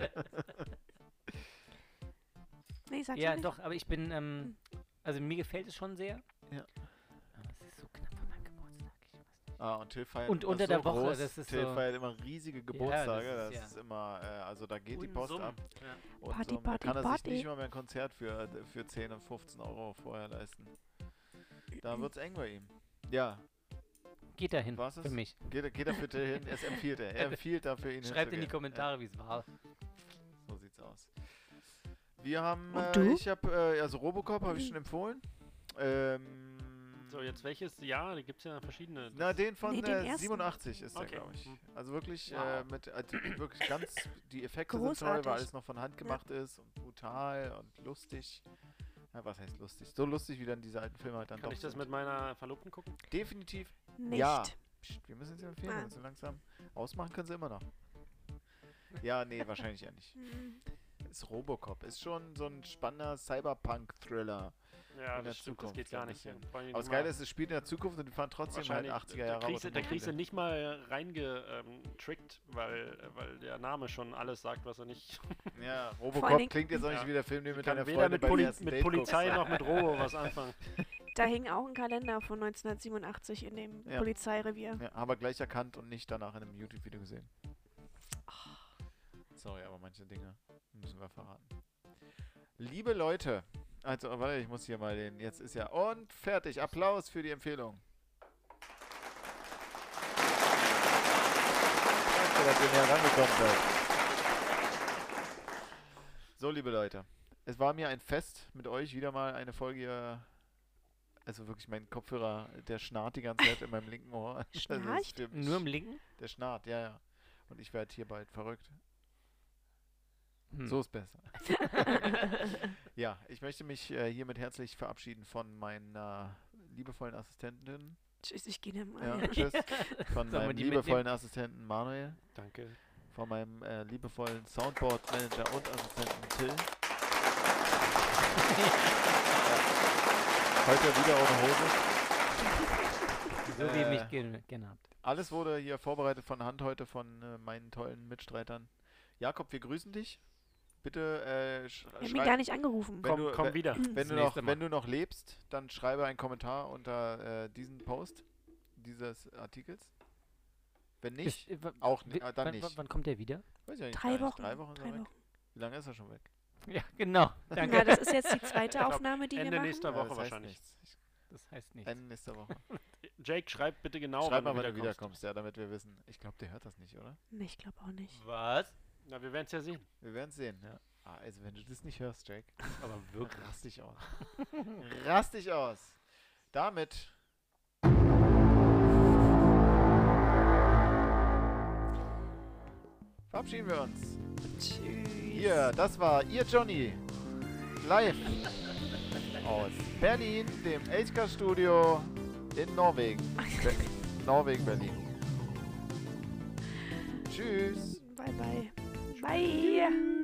Nee, sag's Ja, nicht. doch, aber ich bin, ähm, also mir gefällt es schon sehr. Ja. Aber es ist so knapp vor meinem Geburtstag. Ich weiß nicht. Ah, und Till feiert Und immer unter so der Woche, groß. das ist Till so- feiert immer riesige Geburtstage. das das ist- ist, ja. immer, äh, also da geht die Post Unsummen. ab. Ja. Und Party, so, da Party, kann er Party. sich nicht mal mehr ein Konzert für, für zehn und fünfzehn Euro vorher leisten. Da wird's eng bei ihm. Ja, Geht dahin War's es? für mich. geht, er- geht er für Till hin. Es empfiehlt er. Er empfiehlt dafür ihn Schreibt in die hinzugehen. Kommentare, wie es war. Ja, so sieht's aus. Wir haben, Und äh, du? ich habe, äh, also Robocop habe ich schon empfohlen. Ähm, So, jetzt welches? Ja, da gibt es ja verschiedene. Na, den von Nee, den äh, ersten. siebenundachtzig ist der, Okay. glaube ich. Hm. Also wirklich Wow. äh, mit äh, die- wirklich ganz, die Effekte sind toll, Großartig. weil alles noch von Hand gemacht ist und brutal und lustig. Ja, was heißt lustig? So lustig, wie dann diese alten Filme halt dann Kann doch ich das sind. mit meiner Verlobten gucken? Definitiv. Nicht. Ja. Psst, wir müssen es ja empfehlen, Ah. und so langsam ausmachen können sie immer noch. Ja, nee, wahrscheinlich ja nicht. Hm. Ist Robocop. Ist schon so ein spannender Cyberpunk-Thriller. Ja, In der das stimmt, das Zukunft geht so ein gar nicht. bisschen. Vor allem Aber das mal- Geile ist, es spielt in der Zukunft und wir fahren trotzdem halt wahrscheinlich, achtziger da Jahre kriegst, du, da kriegst du Automobile. nicht mal reingetrickt, weil, weil der Name schon alles sagt, was er nicht. Ja, Vor allen Robocop Dingen- klingt jetzt auch nicht Ja. wie der Film, den du mit kann deiner weder Freundin mit, beim Poli ersten mit Date Polizei guckst. noch mit Robo was anfangen. Da hing auch ein Kalender von neunzehnhundertsiebenundachtzig in dem Ja. Polizeirevier. Ja, haben wir gleich erkannt und nicht danach in einem YouTube-Video gesehen. Sorry, aber manche Dinge müssen wir verraten. Liebe Leute, also, warte, ich muss hier mal den, jetzt ist ja, und fertig, Applaus für die Empfehlung. Danke, dass ihr näher rangekommen seid. So, liebe Leute, es war mir ein Fest mit euch, wieder mal eine Folge hier. Also wirklich, mein Kopfhörer, der schnarrt die ganze Zeit in meinem linken Ohr. Also das ist Schnarcht? für mich- Nur im Linken? Der schnarrt, ja, ja. Und ich werde hier bald verrückt. Hm. So ist besser. Ja, ich möchte mich äh, hiermit herzlich verabschieden von meiner liebevollen Assistentin. Tschüss, ich gehe dann mal. Ja, tschüss. Von Sollen wir meinem die liebevollen Assistenten Manuel. Danke. Von meinem äh, liebevollen Soundboard-Manager und Assistenten Till. Heute wieder ohne Hose. So wie ihr Äh, mich ge gerne habt. Alles wurde hier vorbereitet von Hand heute von äh, meinen tollen Mitstreitern. Jakob, wir grüßen dich. Bitte äh, sch Ich habe ihn schreib- gar nicht angerufen. Wenn Komm, du- komm wenn- wieder. Wenn Das du, noch, nächste Mal. wenn du noch lebst, dann schreibe einen Kommentar unter äh, diesen Post dieses Artikels. Wenn nicht, Ist- äh, wa- auch wi- ni- äh, dann wann, nicht. wann- Wann kommt der wieder? weiß ich eigentlich Drei gar nicht. Wochen. Drei Wochen ist Drei er weg. Wochen. Wie lange ist er schon weg? Ja, genau. Danke. Na, das ist jetzt die zweite glaub, Aufnahme, die wir Ende machen. nächster Ja, Woche das heißt wahrscheinlich. nichts. Ich- Das heißt nicht. Ende nächster Woche. Jake, schreib bitte genau, Schreib mal, wann wenn du du wiederkommst. wiederkommst, ja, damit wir wissen. Ich glaube, der hört das nicht, oder? Nee, ich glaube auch nicht. Was? Na, wir werden es ja sehen. Wir werden es sehen, ja. Ah, also wenn du das nicht hörst, Jake, Aber wirklich. rast dich aus. rast dich aus. Damit verabschieden wir uns. Tschüss. Hier, das war Ihr Johnny. Live aus Berlin, dem H K-Studio in Norwegen. Be Norwegen, Berlin. Tschüss. Bye, bye. Bye.